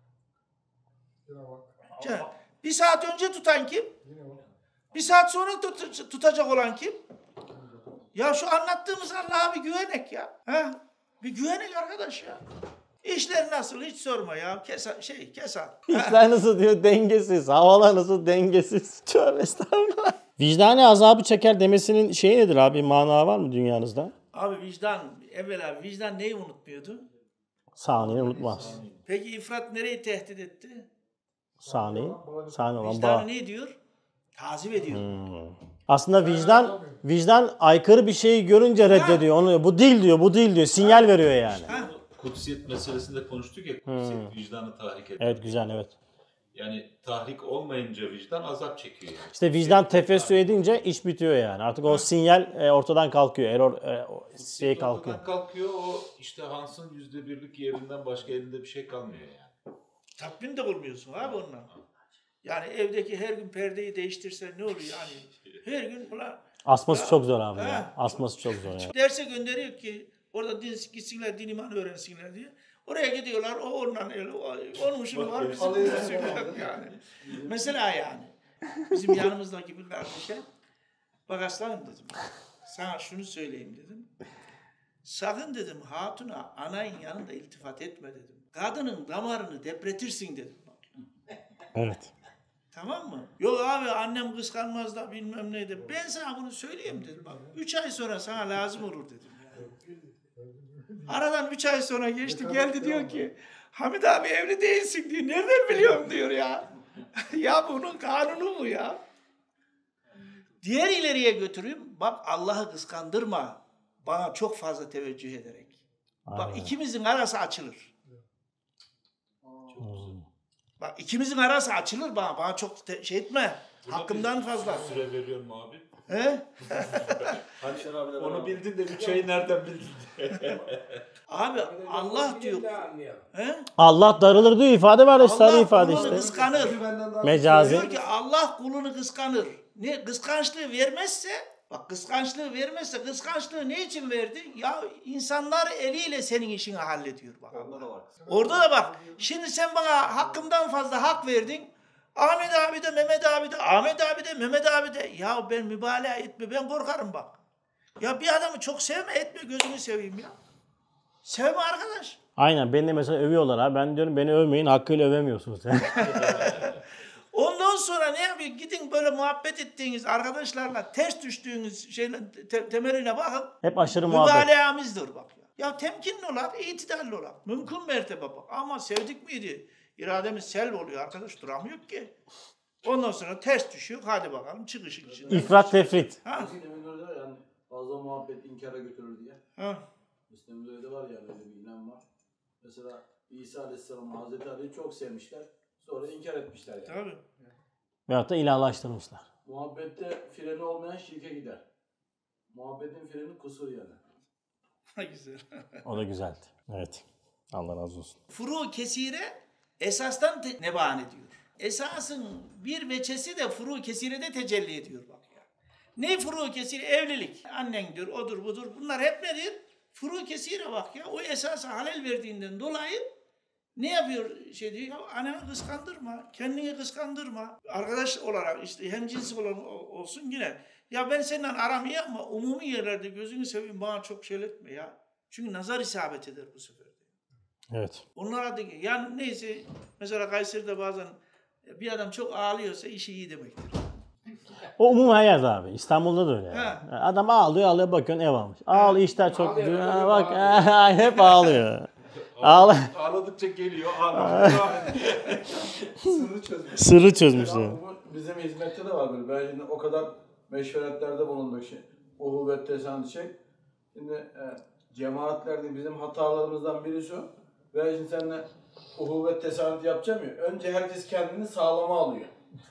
Speaker 2: Bir saat önce tutan kim? Bir saat sonra tutacak olan kim? Ya şu anlattığımız Allah'a bir güvenek ya. Bir güvenek arkadaş ya. İşler nasıl hiç sorma ya. Kesar.
Speaker 1: İşler nasıl diyor dengesiz. Havalar nasıl dengesiz. Tövbe estağfurullah. Vicdani azabı çeker demesinin şeyi nedir abi? Mana var mı dünyanızda?
Speaker 2: Abi evvela vicdan neyi unutmuyordu?
Speaker 1: Saniye unutmaz.
Speaker 2: Peki ifrat nereyi tehdit etti?
Speaker 1: Saniye olan
Speaker 2: Vicdanı
Speaker 1: bağ.
Speaker 2: ne diyor? Tazip ediyor.
Speaker 1: Aslında vicdan aykırı bir şeyi görünce reddediyor. Onu bu değil diyor. Sinyal veriyor yani.
Speaker 3: Kutsiyet meselesinde konuştuk ya, kutsiyet vicdanı tahrik ediyor.
Speaker 1: Evet güzel evet.
Speaker 3: Yani tahrik olmayınca vicdan azap çekiyor yani.
Speaker 1: İşte vicdan tefessü edince iş bitiyor yani. Artık o sinyal ortadan kalkıyor. Kalkıyor.
Speaker 3: Ortadan kalkıyor. O işte Hans'ın %1'lik yerinden başka elinde bir şey kalmıyor yani.
Speaker 2: Tatmin de bulmuyorsun abi ondan. Yani evdeki her gün perdeyi değiştirsen ne oluyor yani? Her gün ulan.
Speaker 1: Asması çok zor abi ya. Asması çok zor ya.
Speaker 2: Derse gönderiyor ki orada gitsinler din iman öğrensinler diye. Oraya gidiyorlar o ondan onun işini var bizim yani. Mesela yani bizim yanımızdaki bir kardeşe bak aslanım dedim. Sana şunu söyleyeyim dedim. Sakın dedim hatuna anayın yanında iltifat etme dedim. Kadının damarını depretirsin dedim.
Speaker 1: Evet.
Speaker 2: Tamam mı? Yok abi annem kıskanmaz da bilmem neydi. Ben sana bunu söyleyeyim dedim. Bak 3 ay sonra sana lazım olur dedim. Yani. Aradan 3 ay sonra geçti geldi diyor ki Hamid abi evli değilsin diyor. Nereden biliyorum diyor ya. Ya bunun kanunu mu ya? Diğer ileriye götüreyim. Bak Allah'ı kıskandırma. Bana çok fazla teveccüh ederek. Bak ikimizin arası açılır. Bak ikimizin arası açılır bana çok şey etme. Hakkımdan fazla.
Speaker 3: Süre veriyor mu abi?
Speaker 2: He?
Speaker 3: Onu bildin de 3 ayı nereden bildin?
Speaker 2: Abi Allah diyor. He?
Speaker 1: Allah darılır diyor ifade var.
Speaker 2: Allah
Speaker 1: ifade
Speaker 2: kulunu
Speaker 1: işte.
Speaker 2: kıskanır.
Speaker 1: Mecazi.
Speaker 2: Diyor ki Allah kulunu kıskanır. Ne kıskançlığı vermezse kıskançlığı ne için verdi? Ya insanlar eliyle senin işini hallediyor bak. Orada da bak. Şimdi sen bana hakkımdan fazla hak verdin. Ahmet abi de, Mehmet abi de, Ahmet abi de, Mehmet abi de. Ya ben mübalağa etme, ben korkarım bak. Ya bir adamı çok sevme, etme, gözünü seveyim ya. Sevme arkadaş.
Speaker 1: Aynen beni de mesela övüyorlar abi. Ben diyorum beni övmeyin hakkıyla övemiyorsunuz.
Speaker 2: Ondan sonra ne yapıyor? Gidin böyle muhabbet ettiğiniz arkadaşlarla ters düştüğünüz şeyle temeline bakın.
Speaker 1: Hep aşırı muhabbet.
Speaker 2: Mübalağamızdır bak. Ya temkinli olak, itidalli olak. Mümkün mertebe bak. Ama sevdik miydi? İrademiz selv oluyor arkadaş duramıyor ki. Ondan sonra ters düşüyor. Hadi bakalım çıkışın içinden.
Speaker 1: İfrat tefrit.
Speaker 2: Ha?
Speaker 7: Yani fazla muhabbet inkara götürür diye.
Speaker 2: Ha?
Speaker 7: Müslim'de öyle var yani öyle bir inan var. Mesela İsa Aleyhisselam Hazreti Ali'yi çok sevmişler. Sonra inkar etmişler yani.
Speaker 2: Tabii.
Speaker 1: Veyahut da ilahlaştırmışlar.
Speaker 7: Muhabbette freni olmayan şirke gider. Muhabbetin freni kusur yani.
Speaker 2: Güzel.
Speaker 1: O da güzeldi. Evet. Allah razı olsun.
Speaker 2: Furu kesire esastan neban ediyor. Esasın bir veçesi de furu kesirede tecelli ediyor bak ya. Ne furu kesire? Evlilik. Annendir, odur, budur. Bunlar hep nedir? Furu kesire bak ya. O esası halel verdiğinden dolayı ne yapıyor şey diyor ya, anneni kıskandırma, kendini kıskandırma. Arkadaş olarak işte hemcins olan olsun yine. Ya ben seninle aramı yapma, umumi yerlerde gözünü seveyim bana çok şey etme ya. Çünkü nazar isabet eder bu sefer.
Speaker 1: Evet.
Speaker 2: Onlara da yani neyse mesela Kayseri'de bazen bir adam çok ağlıyorsa işi iyi demektir.
Speaker 1: O umum hayat abi. İstanbul'da da öyle. Yani.
Speaker 2: Ha.
Speaker 1: Adam ağlıyor bakıyorsun ev almış. Ağlıyor işler çok
Speaker 4: Ağlıyor,
Speaker 1: güzel.
Speaker 4: ağlıyor,
Speaker 1: Bak
Speaker 4: ağlıyor.
Speaker 1: hep ağlıyor.
Speaker 3: Ağladıkça geliyor, ağlamıyor.
Speaker 6: Sırrı çözmüş.
Speaker 1: Sırrı çözmüşler.
Speaker 7: Ya bu bizim hizmette de var böyle. Ben şimdi o kadar meşveretlerde bulunduk. Uhuvvet tesanüt çek. Şimdi cemaatlerde bizim hatalarımızdan birisi o. Ve şimdi seninle uhuvvet tesanüt yapacağım ya. Önce herkes kendini sağlama alıyor.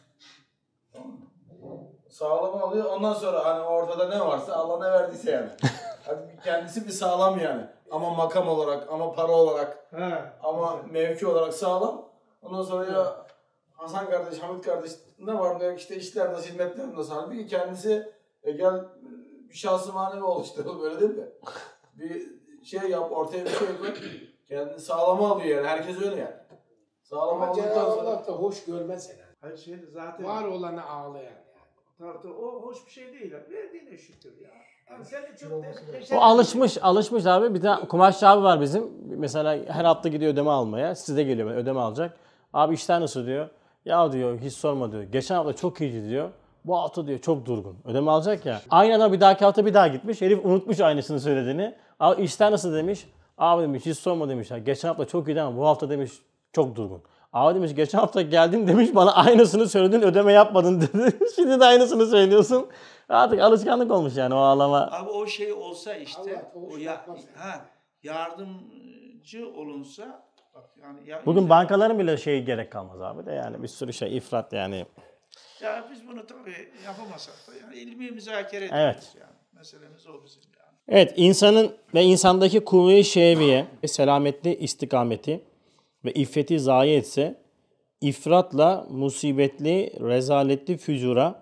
Speaker 7: Tamam mı? Sağlama alıyor. Ondan sonra hani ortada ne varsa Allah ne verdiyse yani. Hadi kendisi bir sağlam yani. Ama makam olarak, ama para olarak, ama mevki olarak sağlam. Ondan sonra ya Hasan kardeş, Hamit kardeş ne var ne yok işte işler nasıl, hizmetler nasıl. Halbuki kendisi gel bir şahsı manevi oluştu böyle değil mi? Bir şey yap, ortaya bir şey koy. Kendini sağlama alıyor yani. Herkes öyle yani. Sağlama
Speaker 8: Ama Cenab-ı
Speaker 7: aldıktan sonra.
Speaker 8: Allah da hoş görmez herhalde.
Speaker 2: Hayır şey zaten
Speaker 8: Var olana ağlayan yani.
Speaker 2: tabii, o hoş bir şey değil. Verdiğine şükür ya. Yani sen de çok
Speaker 1: O alışmış abi. Bir tane kumaşçı abi var bizim. Mesela her hafta gidiyor ödeme almaya. Size geliyor ödeme alacak. Abi işler nasıl diyor. Ya diyor hiç sorma diyor. Geçen hafta çok iyiydi diyor. Bu hafta diyor çok durgun. Ödeme alacak ya. Aynı adam bir dahaki hafta bir daha gitmiş. Herif unutmuş aynısını söylediğini. Abi işler nasıl demiş. Abi demiş hiç sorma demiş. Geçen hafta çok iyiydi ama bu hafta demiş çok durgun. Abi demiş geçen hafta geldin demiş bana aynısını söyledin ödeme yapmadın dedi. Şimdi de aynısını söylüyorsun. Artık alışkanlık olmuş yani o ağlama.
Speaker 2: Abi o şey olsa işte
Speaker 8: Allah
Speaker 2: o yardımcı olunsa bak yani
Speaker 1: Bugün bankaların bile şeyi gerek kalmaz abi de yani bir sürü şey ifrat yani.
Speaker 2: ya biz bunu tabii yapamasak da yani ilmi müzakere ediyoruz
Speaker 1: Evet.
Speaker 2: yani. Meselemiz o bizim yani.
Speaker 1: Evet insanın ve insandaki kuvve-i şehviye, selametli istikameti ve iffeti zayi etse ifratla musibetli, rezaletli fücura,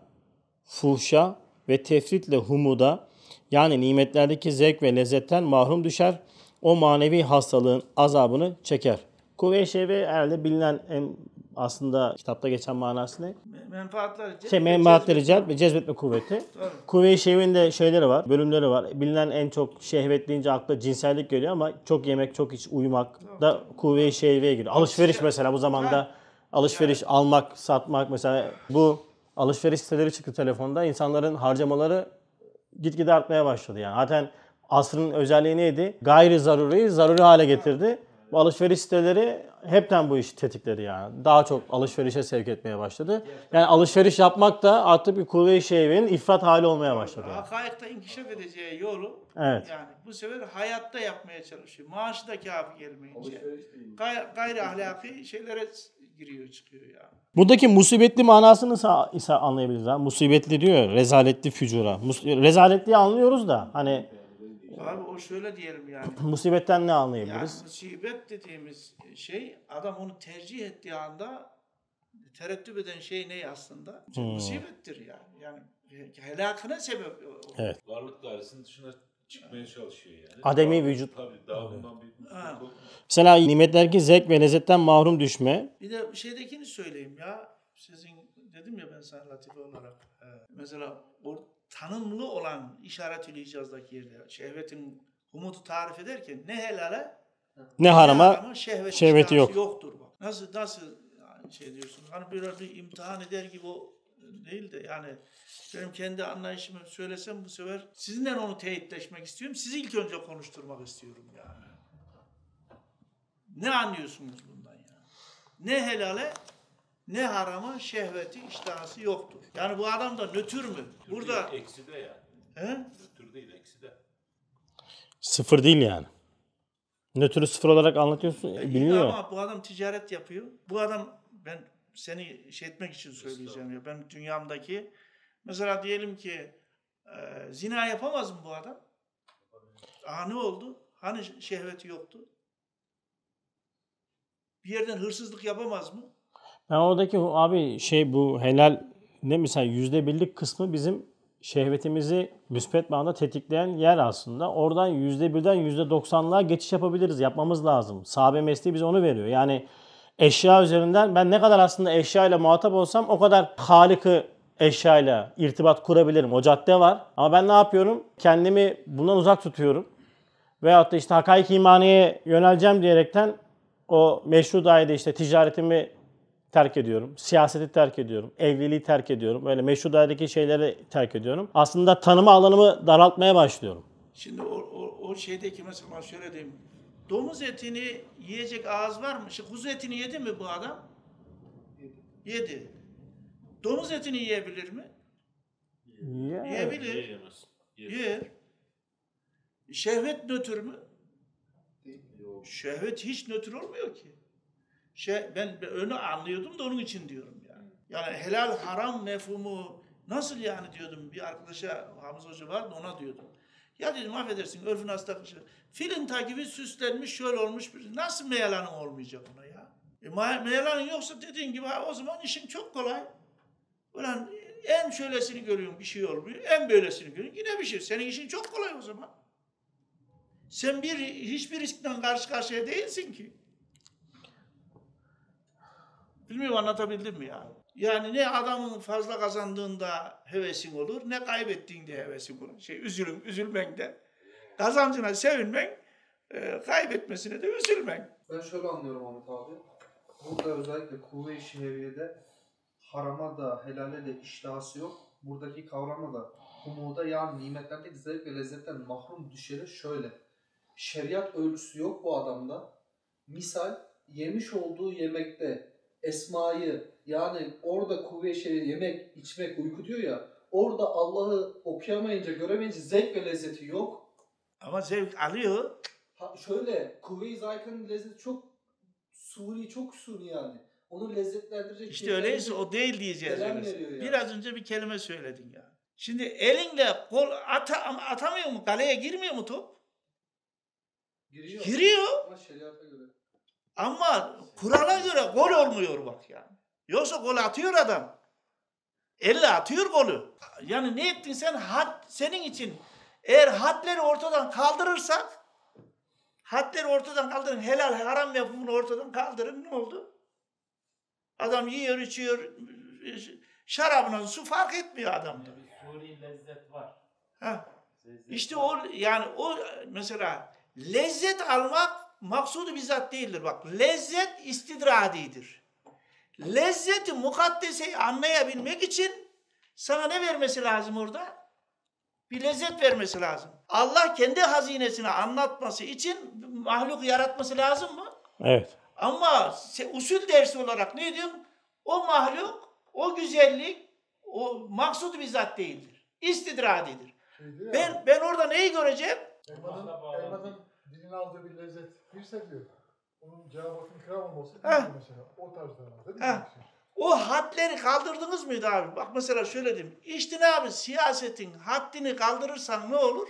Speaker 1: fuhşa ve tefritle humuda yani nimetlerdeki zevk ve lezzetten mahrum düşer. O manevi hastalığın azabını çeker. Kuvve-i şehve herhalde bilinen aslında kitapta geçen manası ne? Menfaatleri celp ve cezbetme kuvveti. Kuvve-i şehvenin de şeyleri var, bölümleri var. Bilinen en çok şehvet deyince akla cinsellik geliyor ama çok yemek, çok iç, uyumak da kuvve-i şehveye giriyor. Alışveriş mesela bu zamanda alışveriş, almak, satmak mesela bu alışveriş siteleri çıktı telefonda. İnsanların harcamaları gitgide artmaya başladı yani. Zaten asrın özelliği neydi? Gayri zaruriyi zaruri hale getirdi. Bu alışveriş siteleri hepten bu işi tetikledi yani. Daha çok alışverişe sevk etmeye başladı. Yani alışveriş yapmak da artık bir kuvve-i şehvenin ifrat hali olmaya başladı. Yani.
Speaker 2: Hakaikta inkişaf edeceği yolu
Speaker 1: Evet.
Speaker 2: yani bu sefer hayatta yapmaya çalışıyor. Maaşı da kafi gelmeyince. Gayri ahlaki şeylere giriyor çıkıyor yani.
Speaker 1: Buradaki musibetli manasını ise anlayabiliriz. Ha? Musibetli diyor, rezaletli fücura. Rezaletliyi anlıyoruz da hani
Speaker 2: Abi o şöyle diyelim yani.
Speaker 1: musibetten ne
Speaker 2: Yani
Speaker 1: anlayabiliriz?
Speaker 2: musibet dediğimiz şey adam onu tercih ettiği anda tereddüt eden şey ne aslında? Musibettir yani. Yani helakına sebep.
Speaker 1: Evet.
Speaker 3: Varlık dairesinin dışına çıkmaya çalışıyor yani.
Speaker 1: Ademi vücut.
Speaker 3: Tabii daha bundan büyük bir
Speaker 2: Ha.
Speaker 3: korku.
Speaker 1: Mesela nimetlerdeki zevk ve lezzetten mahrum düşme.
Speaker 2: Bir de şeydekini söyleyeyim ya. Sizin dedim ya ben sana latife olarak. Mesela o tanımlı olan işaret-ül icazdaki yerde şehvetin humudu tarif ederken ne helale
Speaker 1: Ne harama
Speaker 2: şehveti
Speaker 1: şehveti yok.
Speaker 2: Yoktur bak. Nasıl yani şey diyorsun? Hani böyle bir imtihan eder gibi o değil de yani benim kendi anlayışımı söylesem bu sefer sizinle onu teyitleşmek istiyorum. Sizi ilk önce konuşturmak istiyorum yani. Ne anlıyorsunuz bundan yani? Ne helale ne harama şehveti iştahası yoktur. Yani bu adam da nötr mü? Burada
Speaker 3: Eksi de yani.
Speaker 2: he?
Speaker 3: Nötr değil, eksi de.
Speaker 1: Sıfır değil yani. Nötrü sıfır olarak anlatıyorsun.
Speaker 2: İyi
Speaker 1: Biliniyor.
Speaker 2: ama bu adam ticaret yapıyor. Bu adam ben seni şey etmek için söyleyeceğim ya. Ben dünyamdaki mesela diyelim ki zina yapamaz mı bu adam? Ne oldu? Hani şehveti yoktu? Bir yerden hırsızlık yapamaz mı?
Speaker 1: Ben oradaki abi bu helal ne mesela %1'lik kısmı bizim şehvetimizi müspet manada tetikleyen yer aslında. Oradan %1'den %90'lığa geçiş yapabiliriz. Yapmamız lazım. Sahabe mesleği bize onu veriyor. Yani eşya üzerinden ben ne kadar aslında eşyayla muhatap olsam o kadar Halık'ı eşyayla irtibat kurabilirim. O cadde var. Ama ben ne yapıyorum? Kendimi bundan uzak tutuyorum. Veyahut da işte hakaik-i imaniye yöneleceğim diyerekten o meşru dairede işte ticaretimi terk ediyorum. Siyaseti terk ediyorum. Evliliği terk ediyorum. Böyle meşru dairedeki şeyleri terk ediyorum. Aslında tanıma alanımı daraltmaya başlıyorum.
Speaker 2: Şimdi o şeydeki mesela şöyle diyeyim. Domuz etini yiyecek ağız var mı? Kuzu etini yedi mi bu adam? Yedi. Domuz etini yiyebilir mi? Yiyebilir. Yer. Şehvet nötr mü? Şehvet hiç nötr olmuyor ki. Ben onu anlıyordum da onun için diyorum yani. Yani helal haram mefhumu nasıl yani diyordum. Bir arkadaşa Hamza Hoca vardı ona diyordum. Ya dedim affedersin örfün hasta filinta gibi süslenmiş şöyle olmuş bir nasıl meyalanın olmayacak ona ya? Meyalanın yoksa dediğin gibi o zaman işin çok kolay. Ulan en şöylesini görüyorsun bir şey olmuyor. En böylesini görüyorsun yine bir şey. Senin işin çok kolay o zaman. Sen hiçbir riskten karşı karşıya değilsin ki. Bilmiyorum anlatabildim mi ya? Yani ne adamın fazla kazandığında hevesin olur, ne kaybettiğinde hevesin olur. Üzülmekten. Kazancına sevinmek, kaybetmesine de üzülmek.
Speaker 6: Ben şöyle anlıyorum Ahmet abi. Burada özellikle kuvve-i şehviyede harama da helale de iştihası yok. Buradaki kavrama da humuda yani nimetlerdeki zevk ve lezzetten mahrum düşeri şöyle. Şeriat ölçüsü yok bu adamda. Misal yemiş olduğu yemekte esmayı yani orada kuvve-i şehviye yemek, içmek, uyku diyor ya orada Allah'ı okuyamayınca, göremeyince zevk ve lezzeti yok.
Speaker 2: Ama zevk alıyor.
Speaker 6: Şöyle kuvve-i zaykanın lezzeti çok suni yani. Onu lezzetlendirecek...
Speaker 2: İşte öyleyse o değil diyeceğiz. Biraz önce bir kelime söyledin ya. Şimdi elinle gol atamıyor mu? Kaleye girmiyor mu top? Giriyor.
Speaker 6: Ama şeriata göre.
Speaker 2: Ama kurala göre gol olmuyor bak yani. Yoksa gol atıyor adam. Elle atıyor golü. Yani ne ettin sen? Senin için eğer hadleri ortadan kaldırırsak helal haram mefhumunu ortadan kaldırın ne oldu? Adam yiyor içiyor şarabına su fark etmiyor adamda.
Speaker 9: Suri lezzet var.
Speaker 2: İşte o yani o mesela lezzet almak maksudu bizzat değildir. Bak lezzet istidradidir. Lezzeti mukaddeseyi anlayabilmek için sana ne vermesi lazım orada? Bir lezzet vermesi lazım. Allah kendi hazinesini anlatması için mahluk yaratması lazım mı?
Speaker 1: Evet.
Speaker 2: Ama usul dersi olarak ne diyorum? O mahluk, o güzellik, o maksudu bizzat değildir. İstidradidir. Ben orada neyi göreceğim?
Speaker 4: Elmanın dilini aldığı bir lezzet birse diyor. Onun cevabının ikram olması mesela. O tarzda.
Speaker 2: O hadleri kaldırdınız mıydı abi? Bak mesela şöyle diyeyim. İçtinabı siyasetin haddini kaldırırsan ne olur?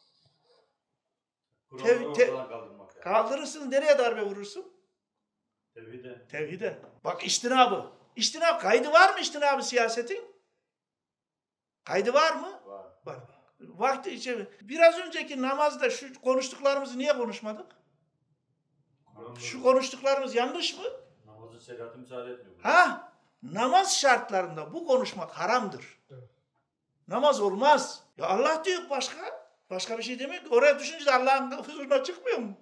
Speaker 2: Kaldırırsın. Nereye darbe vurursun? Tevhide. Bak içtinabı. İçtinab kaydı var mı içtinabı siyasetin? Kaydı var mı? Var. Vakti içi. Biraz önceki namazda şu konuştuklarımızı niye konuşmadık? Şu konuştuklarımız yanlış mı?
Speaker 5: Namazın şeriatı müsaade etmiyor.
Speaker 2: Namaz şartlarında bu konuşmak haramdır. Evet. Namaz olmaz. Ya Allah diyor başka. Başka bir şey demiyor ki. Oraya düşünce de Allah'ın huzuruna çıkmıyor mu?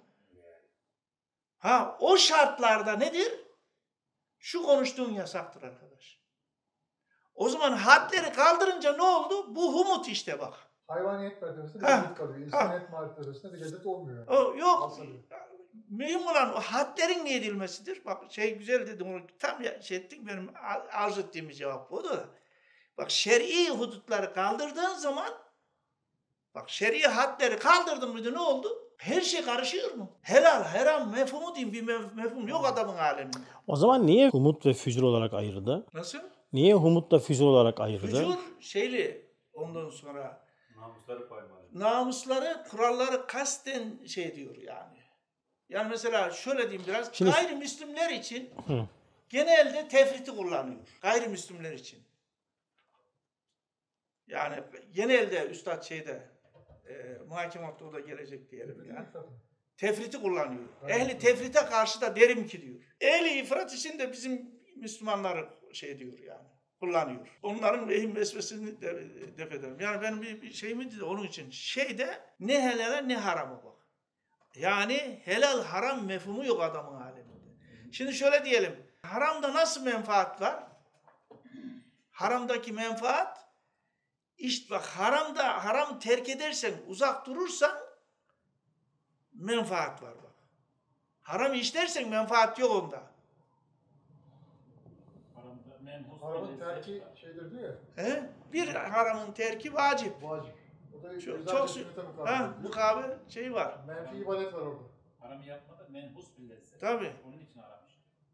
Speaker 2: O şartlarda nedir? Şu konuştuğun yasaktır arkadaş. O zaman hadleri kaldırınca ne oldu? Bu humut işte bak.
Speaker 4: Hayvaniyet mertebesinde bir lezzet kalıyor. İnsaniyet mertebesinde bir lezzet olmuyor. Yani.
Speaker 2: Yok. Mühim olan o hadlerin ne edilmesidir? Bak güzel dedim onu tam ettin benim arz ettiğim cevap bu da. Bak şer'i hudutları kaldırdığın zaman şer'i hadleri kaldırdın mıydı ne oldu? Her şey karışıyor mu? Helal, haram, mefhumu diyeyim bir mefhum yok adamın aleminde.
Speaker 1: O zaman niye humut ve fücur olarak ayırdı?
Speaker 2: Nasıl?
Speaker 1: Niye humutla fücur olarak ayırdı?
Speaker 2: Fücur şeyli ondan sonra
Speaker 5: Namusları paymal.
Speaker 2: namusları, kuralları kasten şey diyor yani. Yani mesela şöyle diyeyim biraz.
Speaker 1: Şimdi-
Speaker 2: Gayrimüslimler için genelde tefriti kullanıyor. Gayrimüslimler için. Yani genelde üstad muhakematta o da gelecek diyelim yani. Tefriti kullanıyor. Ehli tefrite karşı da derim ki diyor. Ehli ifrat için de bizim Müslümanları diyor yani. Kullanıyor. Onların vehim vesvesini def ederim. Yani benim bir şeyimi de onun için. Ne helale ne harama bak. Yani helal haram mefhumu yok adamın aleminde. Şimdi şöyle diyelim. Haramda nasıl menfaat var? Haramdaki menfaat işte bak haram terk edersen, uzak durursan menfaat var bak. Haram işlersen menfaat yok onda.
Speaker 4: Haramın terki şeydir diyor ya.
Speaker 2: Bir haramın terki vacip.
Speaker 4: Vacip. O da
Speaker 2: Çok mukabil var.
Speaker 4: Menfi ibadet var orada.
Speaker 9: Haramı yapmadı, menhus bir lezzet.
Speaker 2: Tabii.
Speaker 9: Onun için aramış.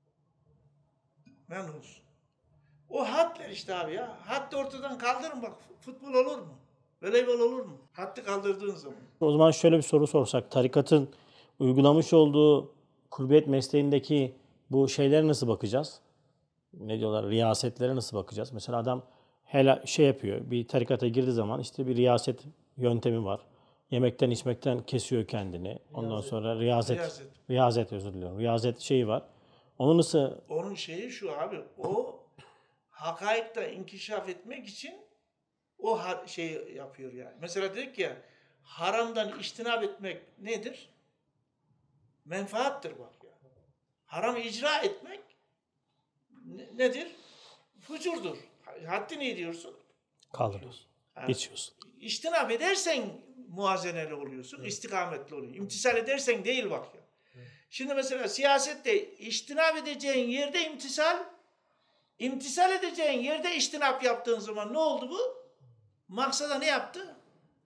Speaker 2: Menhus. O hadler işte abi ya. Haddi ortadan kaldırın bak. Futbol olur mu? Voleybol olur mu? Haddi kaldırdığın zaman.
Speaker 1: O zaman şöyle bir soru sorsak. Tarikatın uygulamış olduğu kurbiyet mesleğindeki bu şeylere nasıl bakacağız? Ne diyorlar? Riyasetlere nasıl bakacağız? Mesela adam yapıyor. Bir tarikata girdiği zaman işte bir riyaset yöntemi var. Yemekten içmekten kesiyor kendini. Ondan sonra riyazet özür diliyorum. Riyazet şeyi var. Onu nasıl?
Speaker 2: Onun şeyi şu abi. O hakaikta inkişaf etmek için o yapıyor yani. Mesela dedik ya haramdan içtinab etmek nedir? Menfaattır bak ya. Haramı icra etmek nedir? Fucurdur. Haddi ne diyorsun?
Speaker 1: Kaldırıyorsun. Geçiyorsun.
Speaker 2: İçtinab edersen muazeneli oluyorsun, istikametli oluyorsun. İmtisal edersen değil bak ya. Şimdi mesela siyasette içtinab edeceğin yerde imtisal edeceğin yerde içtinab yaptığın zaman ne oldu bu? Maksada ne yaptı?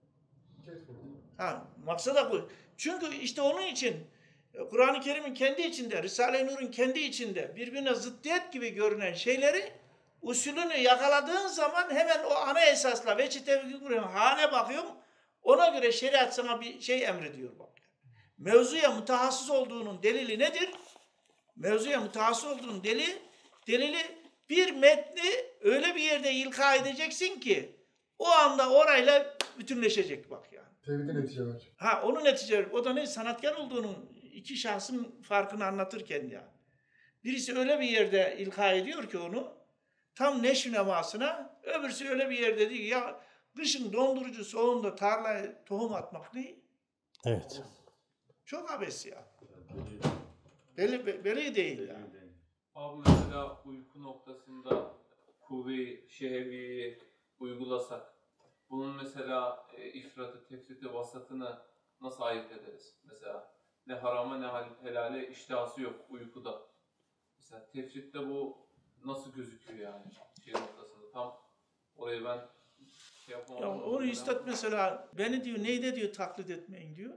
Speaker 2: Maksada bu. Çünkü işte onun için Kur'an-ı Kerim'in kendi içinde, Risale-i Nur'un kendi içinde birbirine zıddiyet gibi görünen şeyleri usulünü yakaladığın zaman hemen o ana esasla veçi tevkik hale bakıyorum. Ona göre şeriat sana bir şey emrediyor bak. Mevzuya mütehassıs olduğunun delili nedir? Mevzuya mütehassıs olduğunun delili bir metni öyle bir yerde ilka edeceksin ki o anda orayla bütünleşecek bak yani.
Speaker 4: Tevhidin netice var.
Speaker 2: Onun netice. O da ne? Sanatkar olduğunun iki şahsın farkını anlatırken ya. Birisi öyle bir yerde ilka ediyor ki onu tam neşv nemasına, öbürsü öyle bir yerde diyor ki ya kışın dondurucu soğuğunda tarlaya tohum atmak ne?
Speaker 1: Evet.
Speaker 2: Çok abes ya. Belli değil ya.
Speaker 10: Abi mesela uyku noktasında kuvve-i şehviyeyi uygulasak bunun mesela ifratı, tefriti, vasatını nasıl ayırt ederiz? Mesela ne harama ne helale iştihası yok uykuda. Mesela tefritte bu nasıl gözüküyor yani noktasında? Tam orayı ben yapamadım.
Speaker 2: Onu üstad mesela beni diyor neyde diyor taklit etmeyin diyor.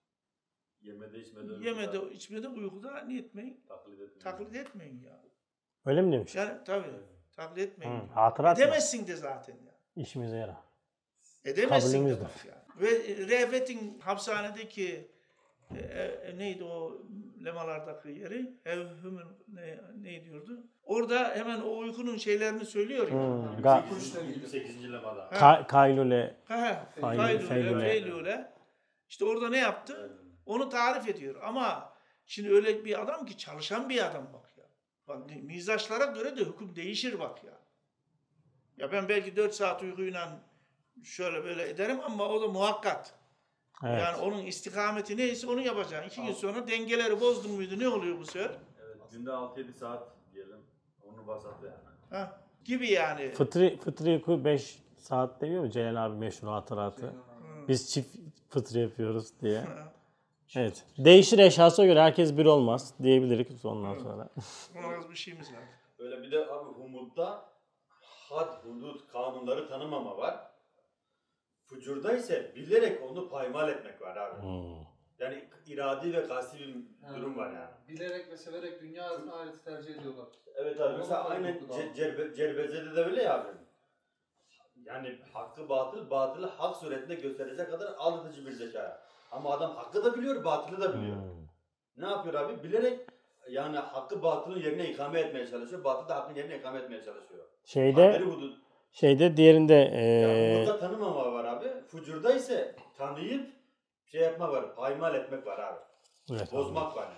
Speaker 2: Yemede içmede uykuda ne etmeyin? Taklit etmeyin ya.
Speaker 1: Öyle mi demiş?
Speaker 2: Yani tabii taklit etmeyin.
Speaker 1: Hatırat
Speaker 2: edemezsin de zaten ya.
Speaker 1: İşimize yarar.
Speaker 2: Edemezsin de bak ya. Ve Revet'in hapishanedeki neydi o lemalardaki yeri? Evhümün ne diyordu? Orada hemen o uykunun şeylerini söylüyor ya.
Speaker 5: 28. lemada.
Speaker 1: Kaylule.
Speaker 2: Feylule. İşte orada ne yaptı? Onu tarif ediyor. Ama şimdi öyle bir adam ki çalışan bir adam bak ya. Bak mizaçlara göre de hüküm değişir bak ya. Ya ben belki 4 saat uykuyla şöyle böyle ederim ama o da muhakkat. Evet. Yani onun istikameti neyse onu yapacaksın. 2 gün sonra dengeleri bozdun muydu ne oluyor bu sefer?
Speaker 5: Evet, günde 6-7 saat diyelim. Onu vasatı yani.
Speaker 2: Gibi yani.
Speaker 1: Fıtri uyku 5 saat demiyor mu Celal abi meşhur hatıratı? Biz çift fıtri yapıyoruz diye. Evet. Değişir eşyasına göre herkes bir olmaz diyebiliriz ondan sonra.
Speaker 2: Buna az bir şeyimiz var.
Speaker 5: Böyle bir de abi humudda had, hudut, kanunları tanımama var. Fucurda ise bilerek onu paymal etmek var abi. Yani iradi ve kasti bir durum var yani.
Speaker 6: Bilerek ve severek dünya hayatını ahireti tercih ediyorlar.
Speaker 5: Evet abi mesela aynen Cerbeze'de de öyle ya abi. Yani hakkı batılı hak suretinde gösterecek kadar aldatıcı bir zeka. Ama adam hakkı da biliyor, batılı da biliyor. Ne yapıyor abi? Bilerek yani hakkı batılın yerine ikame etmeye çalışıyor. Batıl da hakkın yerine ikame etmeye çalışıyor.
Speaker 1: Diğerinde
Speaker 5: Burada tanımama var abi. Fucurda ise tanıyıp şey yapma var. Paymal etmek var abi.
Speaker 1: Evet,
Speaker 5: bozmak var.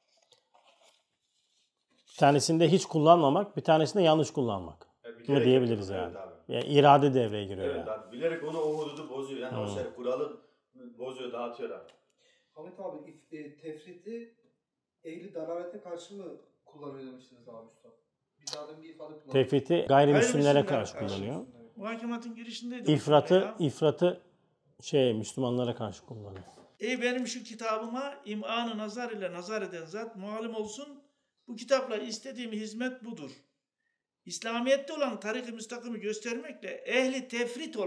Speaker 1: Bir tanesinde hiç kullanmamak, bir tanesinde yanlış kullanmak. Mı diyebiliriz yani.
Speaker 5: Evet abi.
Speaker 1: Yani irade devreye giriyor
Speaker 5: Evet
Speaker 1: yani.
Speaker 5: abi. Bilerek onu o hududu bozuyor. Yani o şey kuralı bozuyor, dağıtıyor abi.
Speaker 6: Hamit abi tefriti ehli dalalete karşı mı kullanıyor demiştiniz abi usta? Biz adam bir ifade kullanıyoruz.
Speaker 1: Tefriti gayrimüslimlere karşı kullanıyor.
Speaker 2: Muhakematın girişindeydi.
Speaker 1: İfratı Müslümanlara karşı kullanıyor.
Speaker 2: Benim şu kitabıma im'an-ı nazar ile nazar eden zat muallim olsun. Bu kitapla istediğim hizmet budur. İslamiyet'te olan tarik-i müstakimi göstermekle ehli tefrit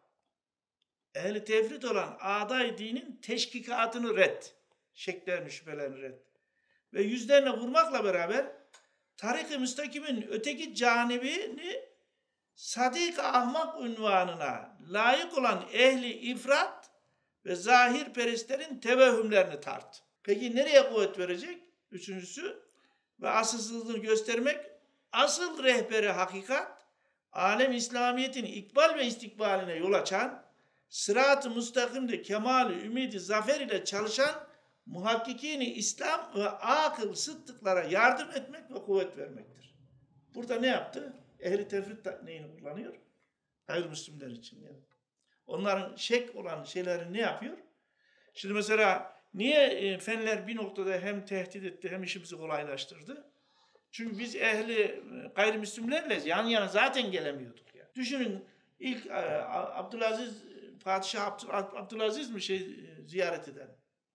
Speaker 2: olan aday dinin teşkikatını red, şeklerini şüphelerini red ve yüzlerine vurmakla beraber tarik-i müstakimin öteki canibini sadik ahmak unvanına layık olan ehli ifrat ve zahir perestlerin tevehhümlerini tart. Peki nereye kuvvet verecek? Üçüncüsü ve asılsızlığını göstermek, asıl rehberi hakikat, alem İslamiyet'in ikbal ve istikbaline yol açan, sırat-ı müstakimde kemal-i ümidi zafer ile çalışan muhakkikini İslam ve akıl sıddıklara yardım etmek ve kuvvet vermektir. Burada ne yaptı? Ehli tefrit neyini kullanıyor? Gayrimüslimler için yani. Onların şek olan şeyleri ne yapıyor? Şimdi mesela niye fenler bir noktada hem tehdit etti hem işimizi kolaylaştırdı? Çünkü biz ehli gayrimüslimlerle yan yana zaten gelemiyorduk. Yani. Düşünün ilk Abdülaziz, Padişah Abdülaziz mi ziyaret eden?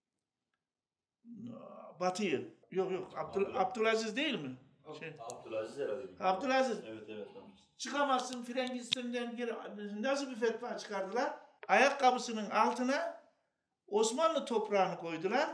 Speaker 2: Batı'yı. Yok Abdülaziz değil mi?
Speaker 5: Abdülaziz herhalde.
Speaker 2: Abdülaziz.
Speaker 5: Evet.
Speaker 2: Çıkamazsın Frankenstein'den geri. Nasıl bir fetva çıkardılar? Ayakkabısının altına Osmanlı toprağını koydular.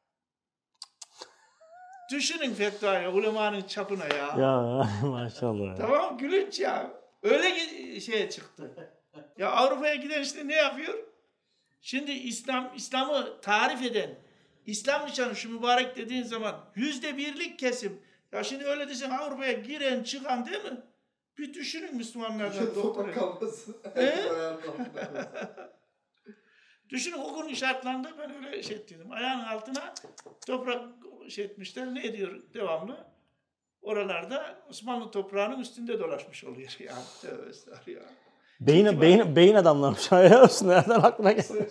Speaker 2: Düşünün fetvaya, ulemanın çapına ya.
Speaker 1: Ya maşallah.
Speaker 2: Tamam gülünç ya. Öyle şeye çıktı. Ya Avrupa'ya giden işte ne yapıyor? Şimdi İslam'ı tarif eden, İslam nişanı şu mübarek dediğin zaman %1'lik kesim. Ya şimdi öyle desen Avrupa'ya giren çıkan değil mi? Bir düşünün Müslümanlardan doktor. Düşünün o günün şartlarında ben öyle ettim. Ayağının altına toprak etmişler. Ne ediyor devamlı? Oralarda Osmanlı toprağının üstünde dolaşmış oluyor yani. Tövbe estağfurullah.
Speaker 1: Beyin adamlarmış. Nereden aklına gelmiş?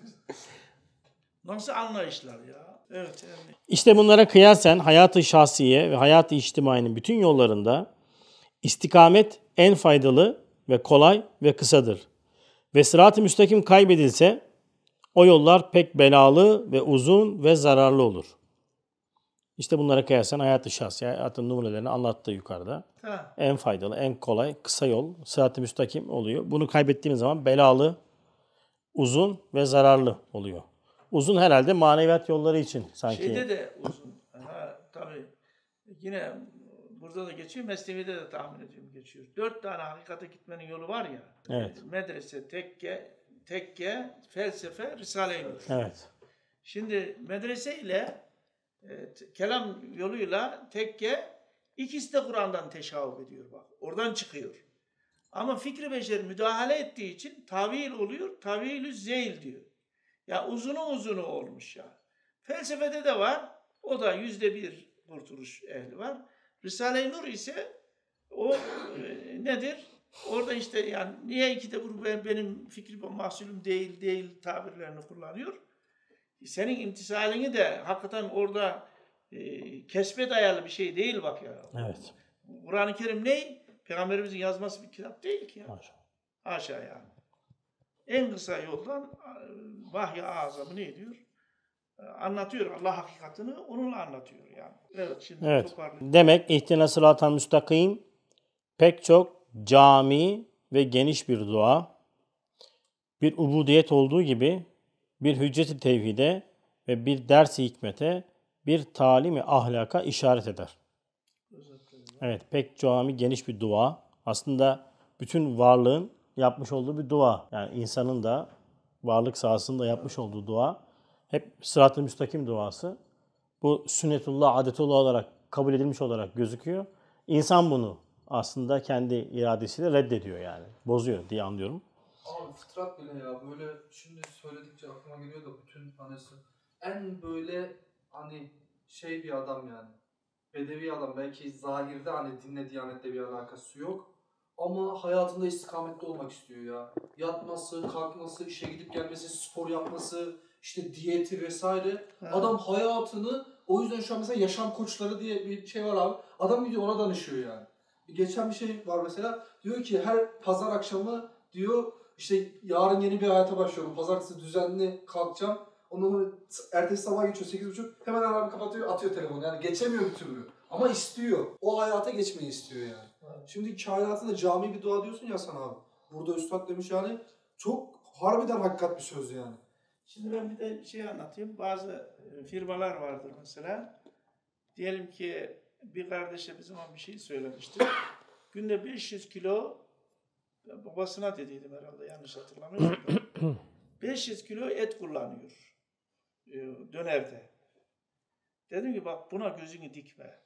Speaker 2: Nasıl anlayışlar ya? Evet yani.
Speaker 1: İşte bunlara kıyasen hayat-ı şahsiye ve hayat-ı içtimai'nin bütün yollarında istikamet en faydalı ve kolay ve kısadır. Ve sırat-ı müstakim kaybedilse o yollar pek belalı ve uzun ve zararlı olur. İşte bunlara kıyasen hayat-ı şahsiye, hayatın numunelerini anlattığı yukarıda.
Speaker 2: Ha.
Speaker 1: En faydalı, en kolay, kısa yol sırat-ı müstakim oluyor. Bunu kaybettiğimiz zaman belalı, uzun ve zararlı oluyor. Uzun herhalde maneviyat yolları için sanki.
Speaker 2: Şeyde de uzun. Tabii. Yine burada da geçiyor. Mesnevi'de de tahmin ediyorum geçiyor. 4 tane hakikate gitmenin yolu var ya.
Speaker 1: Evet.
Speaker 2: Medrese, tekke, felsefe, Risale-i Nur.
Speaker 1: Evet.
Speaker 2: Şimdi medrese ile kelam yoluyla tekke ikisi de Kur'an'dan teşavvuf ediyor bak. Oradan çıkıyor. Ama fikri beşer müdahale ettiği için tavil oluyor. Tavil-ü zeyl diyor. Ya uzunu olmuş ya. Felsefede de var. O da %1 kurtuluş ehli var. Risale-i Nur ise o nedir? Orada işte yani niye iki de bu benim fikri mahsulüm değil tabirlerini kullanıyor. Senin imtisalini de hakikaten orada kesbe dayalı bir şey değil bak ya.
Speaker 1: Evet.
Speaker 2: Kur'an-ı Kerim ne? Peygamberimizin yazması bir kitap değil ki ya. Haşa yani. En kısa yoldan vahiy-i azamı ne diyor? Anlatıyor Allah hakikatini, onunla anlatıyor yani. Evet şimdi toparlayayım.
Speaker 1: Demek ihtina sırat-ı müstakim pek çok cami ve geniş bir dua, bir ubudiyet olduğu gibi bir hüccet-i tevhide ve bir ders-i hikmete, bir talim-i ahlaka işaret eder. Evet, pek cami geniş bir dua. Aslında bütün varlığın yapmış olduğu bir dua. Yani insanın da varlık sahasında yapmış olduğu dua. Hep sırat-ı müstakim duası. Bu sünnetullah, adetullah olarak kabul edilmiş olarak gözüküyor. İnsan bunu aslında kendi iradesiyle reddediyor yani. Bozuyor diye anlıyorum.
Speaker 6: Abi fıtrat bile ya böyle şimdi söyledikçe aklıma geliyor da bütün tanesi. En böyle hani şey bir adam yani. Bedevi adam, belki zahirde hani dinle diyanetle bir alakası yok. Ama hayatında istikametli olmak istiyor ya. Yatması, kalkması, işe gidip gelmesi, spor yapması, işte diyeti vesaire. Adam hayatını, o yüzden şu an mesela yaşam koçları diye bir şey var abi. Adam gidiyor ona danışıyor yani. Geçen bir şey var mesela. Diyor ki her pazar akşamı diyor işte yarın yeni bir hayata başlıyorum. Pazartesi düzenli kalkacağım. Ondan sonra ertesi sabah geçiyor 8.30. Hemen alarmı kapatıyor, atıyor telefonu. Yani geçemiyor bir türlü. Ama istiyor. O hayata geçmeyi istiyor yani. Şimdi kainatında cami bir dua diyorsun ya Hasan abi. Burada üstad demiş yani. Çok harbiden hakikat bir söz yani.
Speaker 2: Şimdi ben bir de şey anlatayım. Bazı firmalar vardır mesela. Diyelim ki bir kardeşe bir zaman bir şey söylemişti. Günde 500 kilo, babasına dediydim herhalde yanlış hatırlamıyorum. 500 kilo et kullanıyor dönerde. Dedim ki bak buna gözünü dikme.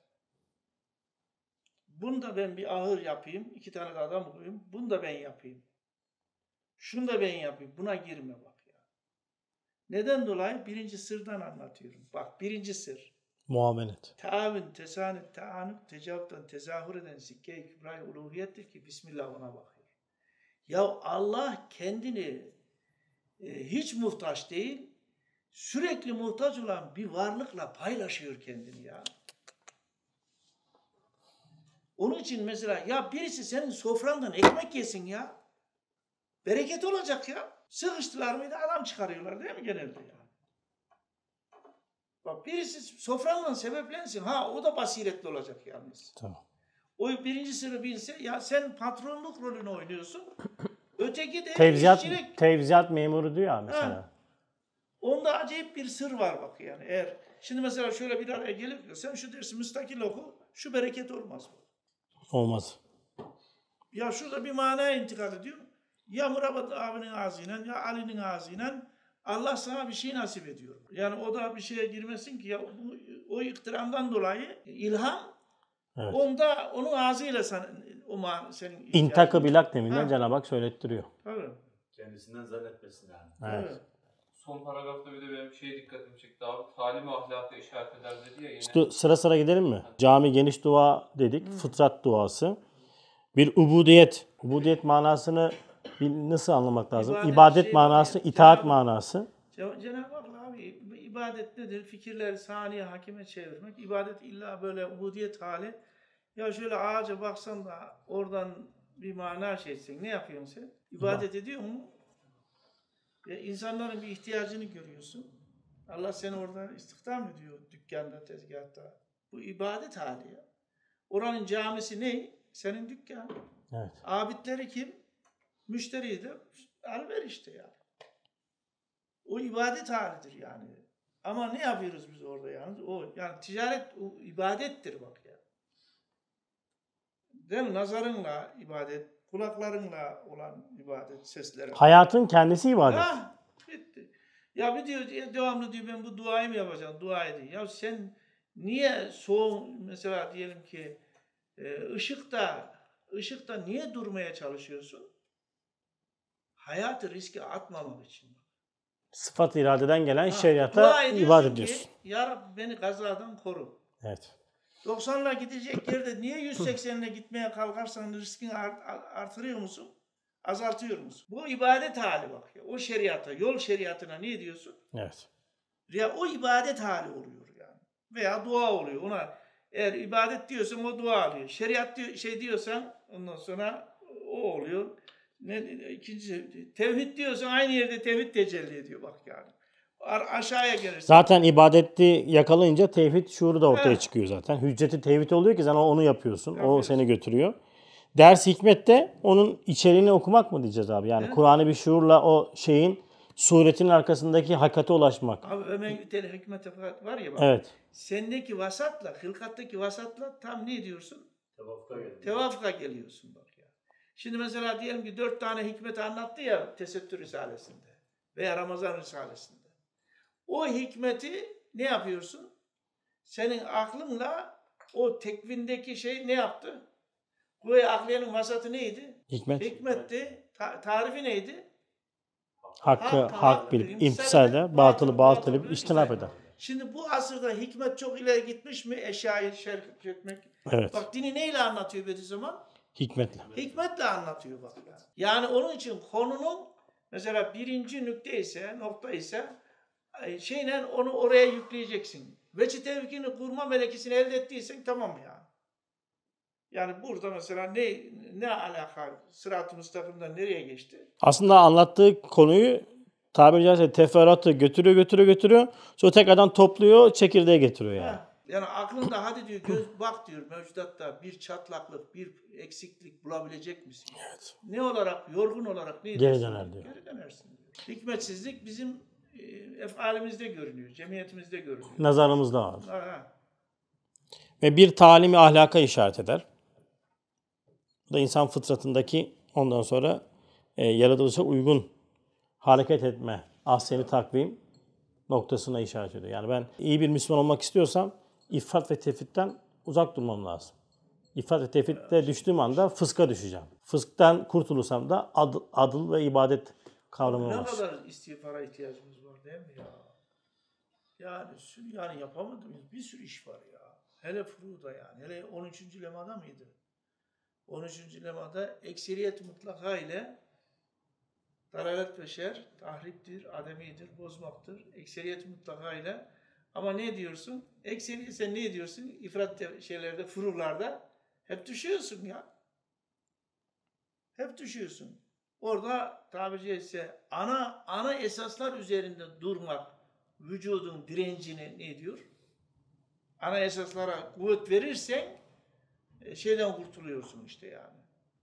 Speaker 2: Bunu da ben bir ahır yapayım, 2 tane de adam koyayım. Bunu da ben yapayım. Şunu da ben yapayım. Buna girme bak ya. Neden dolayı? Birinci sırdan anlatıyorum. Bak birinci sır.
Speaker 1: Muavenet.
Speaker 2: Taavün, tesanüt, taanuk, tecavüpten tezahür eden sikke-i kübra-i uluhiyettir ki Bismillah ona bakıyor. Ya Allah kendini hiç muhtaç değil, sürekli muhtaç olan bir varlıkla paylaşıyor kendini ya. Onun için mesela ya birisi senin sofrandan ekmek yesin ya. Bereket olacak ya. Sıkıştılar mıydı adam çıkarıyorlar değil mi genelde ya? Bak birisi sofrandan sebeplensin. Ha o da basiretli olacak yalnız.
Speaker 1: Tamam.
Speaker 2: O birinci sırrı bilse ya sen patronluk rolünü oynuyorsun. Öteki de
Speaker 1: tevziyat memuru diyor ya mesela.
Speaker 2: Ha. Onda acayip bir sır var bak yani. Eğer şimdi mesela şöyle bir araya gelip sen şu dersi müstakil oku, şu bereket olmaz mı?
Speaker 1: Olmaz.
Speaker 2: Ya şurada bir manaya intikal ediyor. Ya Murabat abinin ağzıyla ya Ali'nin ağzıyla Allah sana bir şey nasip ediyor. Yani o da bir şeye girmesin ki ya o iktiramdan dolayı ilham
Speaker 1: evet.
Speaker 2: Onda onun ağzıyla senin
Speaker 1: İntak-ı bilak deminden Cenab-ı Hak söylettiriyor.
Speaker 2: Tabii.
Speaker 5: Kendisinden zannetmesin yani.
Speaker 1: Evet.
Speaker 10: Son paragrafta bir de benim şeye dikkatimi çekti abi. Talim-i ahlaka işaret eder dedi ya yine.
Speaker 1: İşte sıra sıra gidelim mi? Cami geniş dua dedik. Fıtrat duası. Bir ubudiyet. Ubudiyet manasını nasıl anlamak lazım? İbadet manası, itaat manası.
Speaker 2: Cenab-ı Hak abi ibadet nedir? Fikirleri saniye hakime çevirmek. İbadet illa böyle ubudiyet hali. Ya şöyle ağaca baksan da oradan bir mana şeysin. Ne yapıyorsun sen? İbadet ediyor mu? Ya insanların bir ihtiyacını görüyorsun. Allah seni orada istihdam ediyor dükkanda, tezgahta. Bu ibadet hali ya. Oranın camisi ne? Senin dükkan.
Speaker 1: Evet.
Speaker 2: Abidleri kim? Müşteriyi de alver işte yani. O ibadet halidir yani. Ama ne yapıyoruz biz orada yani? O yani ticaret o ibadettir bak ya. Değil mi? Nazarınla ibadet, kulaklarınla olan ibadet, sesleri.
Speaker 1: Hayatın kendisi ibadet.
Speaker 2: Ha, bitti. Ya bir diyor devamlı diyor ben bu duayı mı yapacağım? Dua edin. Ya sen niye mesela diyelim ki ışıkta niye durmaya çalışıyorsun? Hayatı riske atmamak için.
Speaker 1: Sıfat iradeden gelen şeriata ibadet ediyorsun.
Speaker 2: Ya Rabbi beni kazadan koru.
Speaker 1: Evet.
Speaker 2: 90'la gidecek yerde niye 180'le gitmeye kalkarsan riskini artırıyor musun? Azaltıyor musun? Bu ibadet hali bak ya. O şeriata, yol şeriatına ne diyorsun?
Speaker 1: Evet.
Speaker 2: Ya o ibadet hali oluyor yani. Veya dua oluyor. Ona eğer ibadet diyorsan o dua oluyor. Şeriat diyorsan ondan sonra o oluyor. İkinci tevhid diyorsan aynı yerde tevhid tecelli ediyor bak yani. Aşağıya gelirsin.
Speaker 1: Zaten ibadeti yakalayınca tevhid şuuru da ortaya çıkıyor zaten. Hücceti tevhid oluyor ki sen onu yapıyorsun. O seni götürüyor. Ders hikmette onun içeriğini okumak mı diyeceğiz abi? Yani Kur'an'ı bir şuurla o şeyin suretinin arkasındaki hakikate ulaşmak.
Speaker 2: Abi Ömer hikmete var ya bak.
Speaker 1: Evet.
Speaker 2: Sendeki vasatla, hılkattaki vasatla tam ne diyorsun? Tevafuka geliyorsun bak ya. Şimdi mesela diyelim ki 4 tane hikmeti anlattı ya Tesettür Risalesi'nde veya Ramazan Risalesi'nde. O hikmeti ne yapıyorsun? Senin aklınla o tekvindeki şey ne yaptı? Kuvve-i akliyenin vasatı neydi?
Speaker 1: Hikmet.
Speaker 2: Hikmetti. Tarifi neydi?
Speaker 1: Hak bilip imtisal eder, batılı bilip içtinap eder.
Speaker 2: Şimdi bu asırda hikmet çok ileri gitmiş mi? Eşyayı şerh etmek.
Speaker 1: Evet.
Speaker 2: Bak dini neyle anlatıyor Bediüzzaman?
Speaker 1: Hikmetle.
Speaker 2: Hikmetle anlatıyor bak ya. Yani onun için konunun mesela birinci nokta ise şeyle onu oraya yükleyeceksin. Vecih tevfikini kurma melekesini elde ettiysen tamam ya. Yani burada mesela ne alaka Sırat-ı Müstakim'den nereye geçti?
Speaker 1: Aslında anlattığı konuyu tabiri caizse teferruatı götürüyor. Sonra tekrardan topluyor, çekirdeğe getiriyor yani.
Speaker 2: Yani aklında hadi diyor bak diyor mevcudatta bir çatlaklık, bir eksiklik bulabilecek misin?
Speaker 1: Evet.
Speaker 2: Ne olarak, yorgun olarak ne
Speaker 1: Geri döner diyor.
Speaker 2: Geri dönersin diyor. Hikmetsizlik bizim efalimizde görünüyor, cemiyetimizde görünüyor.
Speaker 1: Nazarımızda var. Ve bir talimi ahlaka işaret eder. Bu da insan fıtratındaki ondan sonra yaratılışa uygun hareket etme, ahseni takvim noktasına işaret ediyor. Yani ben iyi bir Müslüman olmak istiyorsam ifrat ve tefritten uzak durmam lazım. İfrat ve tefritte düştüğüm anda fıska düşeceğim. Fısktan kurtulursam da adıl ve ibadet kavramına
Speaker 2: Ne
Speaker 1: ulaşacağım.
Speaker 2: kadar istiğfara ihtiyacımız var değil mi ya? Yani yapamadığımız bir sürü iş var ya. Hele furuda yani. Hele 13. lemada mıydı? 13. lemada ekseriyet mutlaka ile dalalet ve şer tahriptir, ademidir, bozmaktır. Ekseriyet mutlaka ile ama ne diyorsun? Ekseriyet sen ne diyorsun? İfrat şeylerde, furularda hep düşüyorsun ya. Hep düşüyorsun. Orada tabiri caizse ana esaslar üzerinde durmak vücudun direncini ne diyor? Ana esaslara kuvvet verirsen şeyden kurtuluyorsun işte yani.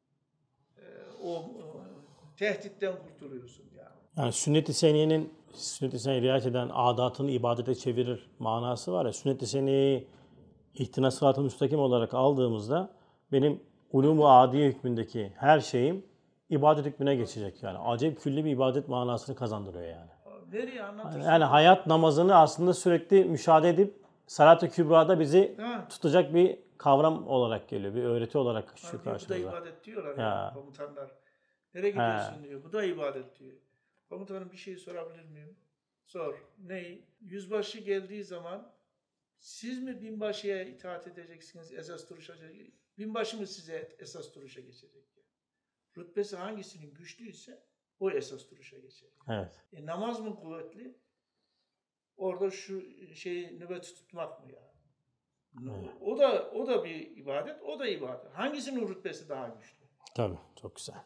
Speaker 2: O tehditten kurtuluyorsun yani.
Speaker 1: Yani sünnet-i seniyyenin riayet eden adatını ibadete çevirir manası var ya. Sünnet-i seniyeyi ihtina sırat-ı müstakim olarak aldığımızda benim ulûm-u adiye hükmündeki her şeyim ibadet hükmüne geçecek yani. Acayip külli bir ibadet manasını kazandırıyor yani.
Speaker 2: Nereye anlatırsın?
Speaker 1: Yani hayat namazını aslında sürekli müşahede edip Salat-ı Kübra'da bizi tutacak bir kavram olarak geliyor. Bir öğreti olarak şu karşımıza.
Speaker 2: Bu da ibadet diyorlar ya komutanlar. Nereye gidiyorsun diyor. Bu da ibadet diyor. Komutanım bir şey sorabilir miyim? Sor. Ne? Yüzbaşı geldiği zaman siz mi binbaşıya itaat edeceksiniz, esas duruşa? Binbaşı mı size esas duruşa geçecek? Rütbesi hangisinin güçlüyse o esas duruşa geçecek.
Speaker 1: Evet.
Speaker 2: Namaz mı kuvvetli? Orada şu nöbeti tutmak mı ya? Evet. O da bir ibadet, o da ibadet. Hangisinin rütbesi daha güçlü?
Speaker 1: Tabii, çok güzel.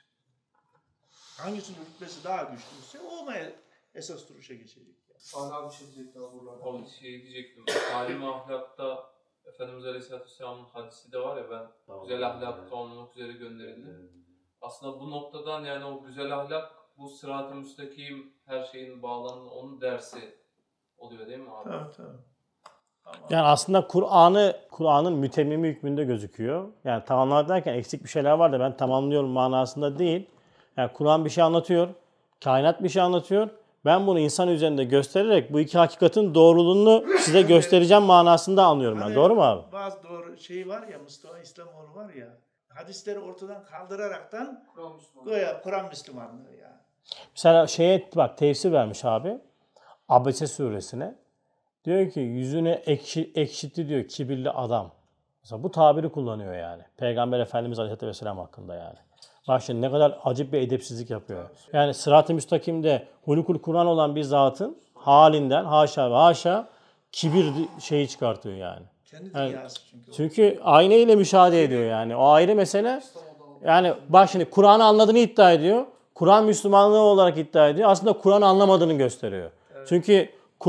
Speaker 2: Hangisinin rütbesi daha güçlüyse o esas duruşa geçecek.
Speaker 6: Hala bir şey diyecektim buralarda.
Speaker 10: O diyecektim. Talim ahlakta Efendimiz Aleyhisselatü Vesselam'ın hadisi de var ya güzel ahlakta olmak üzere gönderildi. Aslında bu noktadan yani o güzel ahlak bu sırat-ı müstakim her şeyin bağlamının onun dersi oluyor değil mi abi?
Speaker 2: Tabii.
Speaker 1: Yani aslında Kur'an'ın mütemmimi hükmünde gözüküyor. Yani tamamlar derken eksik bir şeyler var da ben tamamlıyorum manasında değil. Yani Kur'an bir şey anlatıyor, kainat bir şey anlatıyor. Ben bunu insan üzerinde göstererek bu iki hakikatin doğruluğunu size göstereceğim manasında anlıyorum ben. Doğru mu abi?
Speaker 2: Bazı doğru var ya Mustafa İslamoğlu var ya hadisleri ortadan kaldıraraktan Kur'an Müslümanlığı ya.
Speaker 1: Mesela bak tefsir vermiş abi. Abese suresine. Diyor ki yüzüne ekşitti diyor kibirli adam. Mesela bu tabiri kullanıyor yani. Peygamber Efendimiz Aleyhisselatü Vesselam hakkında yani. Bak şimdi ne kadar acip bir edepsizlik yapıyor. Yani sırat-ı müstakimde hulukul Kur'an olan bir zatın halinden haşa kibir şeyi çıkartıyor yani.
Speaker 2: Kendi dünyası çünkü.
Speaker 1: Çünkü ayna ile müşahede ediyor yani. O ayrı mesele. Yani bak şimdi Kur'an'ı anladığını iddia ediyor. Kur'an Müslümanlığı olarak iddia ediyor. Aslında Kur'an'ı anlamadığını gösteriyor. Evet. Çünkü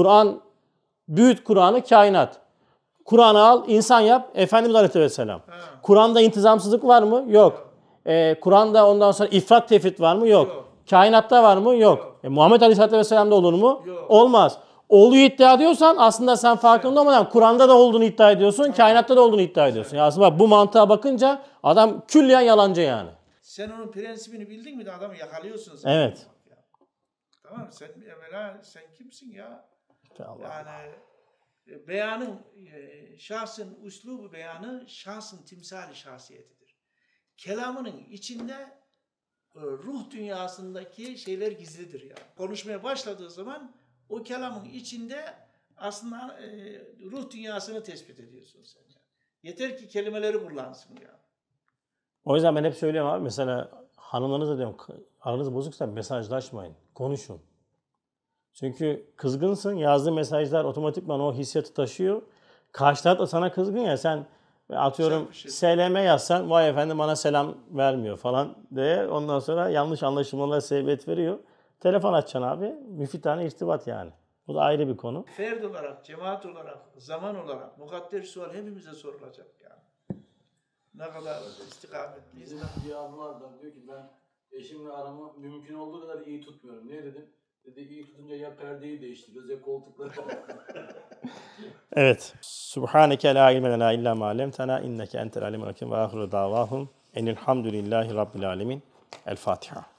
Speaker 1: büyüt Kur'an'ı kainat. Kur'an'ı al, insan yap. Efendimiz Aleyhisselam. Kur'an'da intizamsızlık var mı? Yok. Kur'an'da ondan sonra ifrat tefrit var mı? Yok. Kainatta var mı? Yok. Muhammed Aleyhisselatü Vesselam'da olur mu?
Speaker 2: Yok.
Speaker 1: Olmaz. Olduğu iddia ediyorsan aslında sen farkında olmadan Kur'an'da da olduğunu iddia ediyorsun, kainatta da olduğunu iddia ediyorsun. Yani aslında bak, bu mantığa bakınca adam külliyen yalancı yani.
Speaker 2: Sen onun prensibini bildin mi de adamı yakalıyorsun sen.
Speaker 1: Evet.
Speaker 2: Tamam, sen evvela sen kimsin ya?
Speaker 1: Allah.
Speaker 2: Yani beyanın şahsın üslubu beyanı şahsın timsali şahsiyetidir. Kelamının içinde ruh dünyasındaki şeyler gizlidir ya. Konuşmaya başladığı zaman o kelamın içinde aslında ruh dünyasını tespit ediyorsun sen ya. Yeter ki kelimeleri kullansın ya.
Speaker 1: O yüzden ben hep söylüyorum abi, mesela hanımlarınızla diyorum, aranız bozuksa mesajlaşmayın, konuşun. Çünkü kızgınsın, yazdığın mesajlar otomatikman o hissiyatı taşıyor. Karşı taraf da sana kızgın ya, sen atıyorum SLM yazsan, vay efendim bana selam vermiyor falan diye, ondan sonra yanlış anlaşılmalara sebebiyet veriyor. Telefon açacaksın abi, müfitane irtibat yani. Bu da ayrı bir konu.
Speaker 2: Ferd olarak, cemaat olarak, zaman olarak mukadder sual hepimize sorulacak yani. Ne kadar istikametliyiz.
Speaker 7: Bir abi var da diyor ki ben eşimle aramı mümkün olduğu kadar iyi tutmuyorum. Niye dedim? Dedi iyi tutunca ya perdeyi değiştiriyoruz ya koltukları.
Speaker 1: Evet. Subhaneke la ilme lena illa ma allamtena inneke entel alimul hakim ve ahiru davahum enilhamdülillahi rabbil alemin. El Fatiha.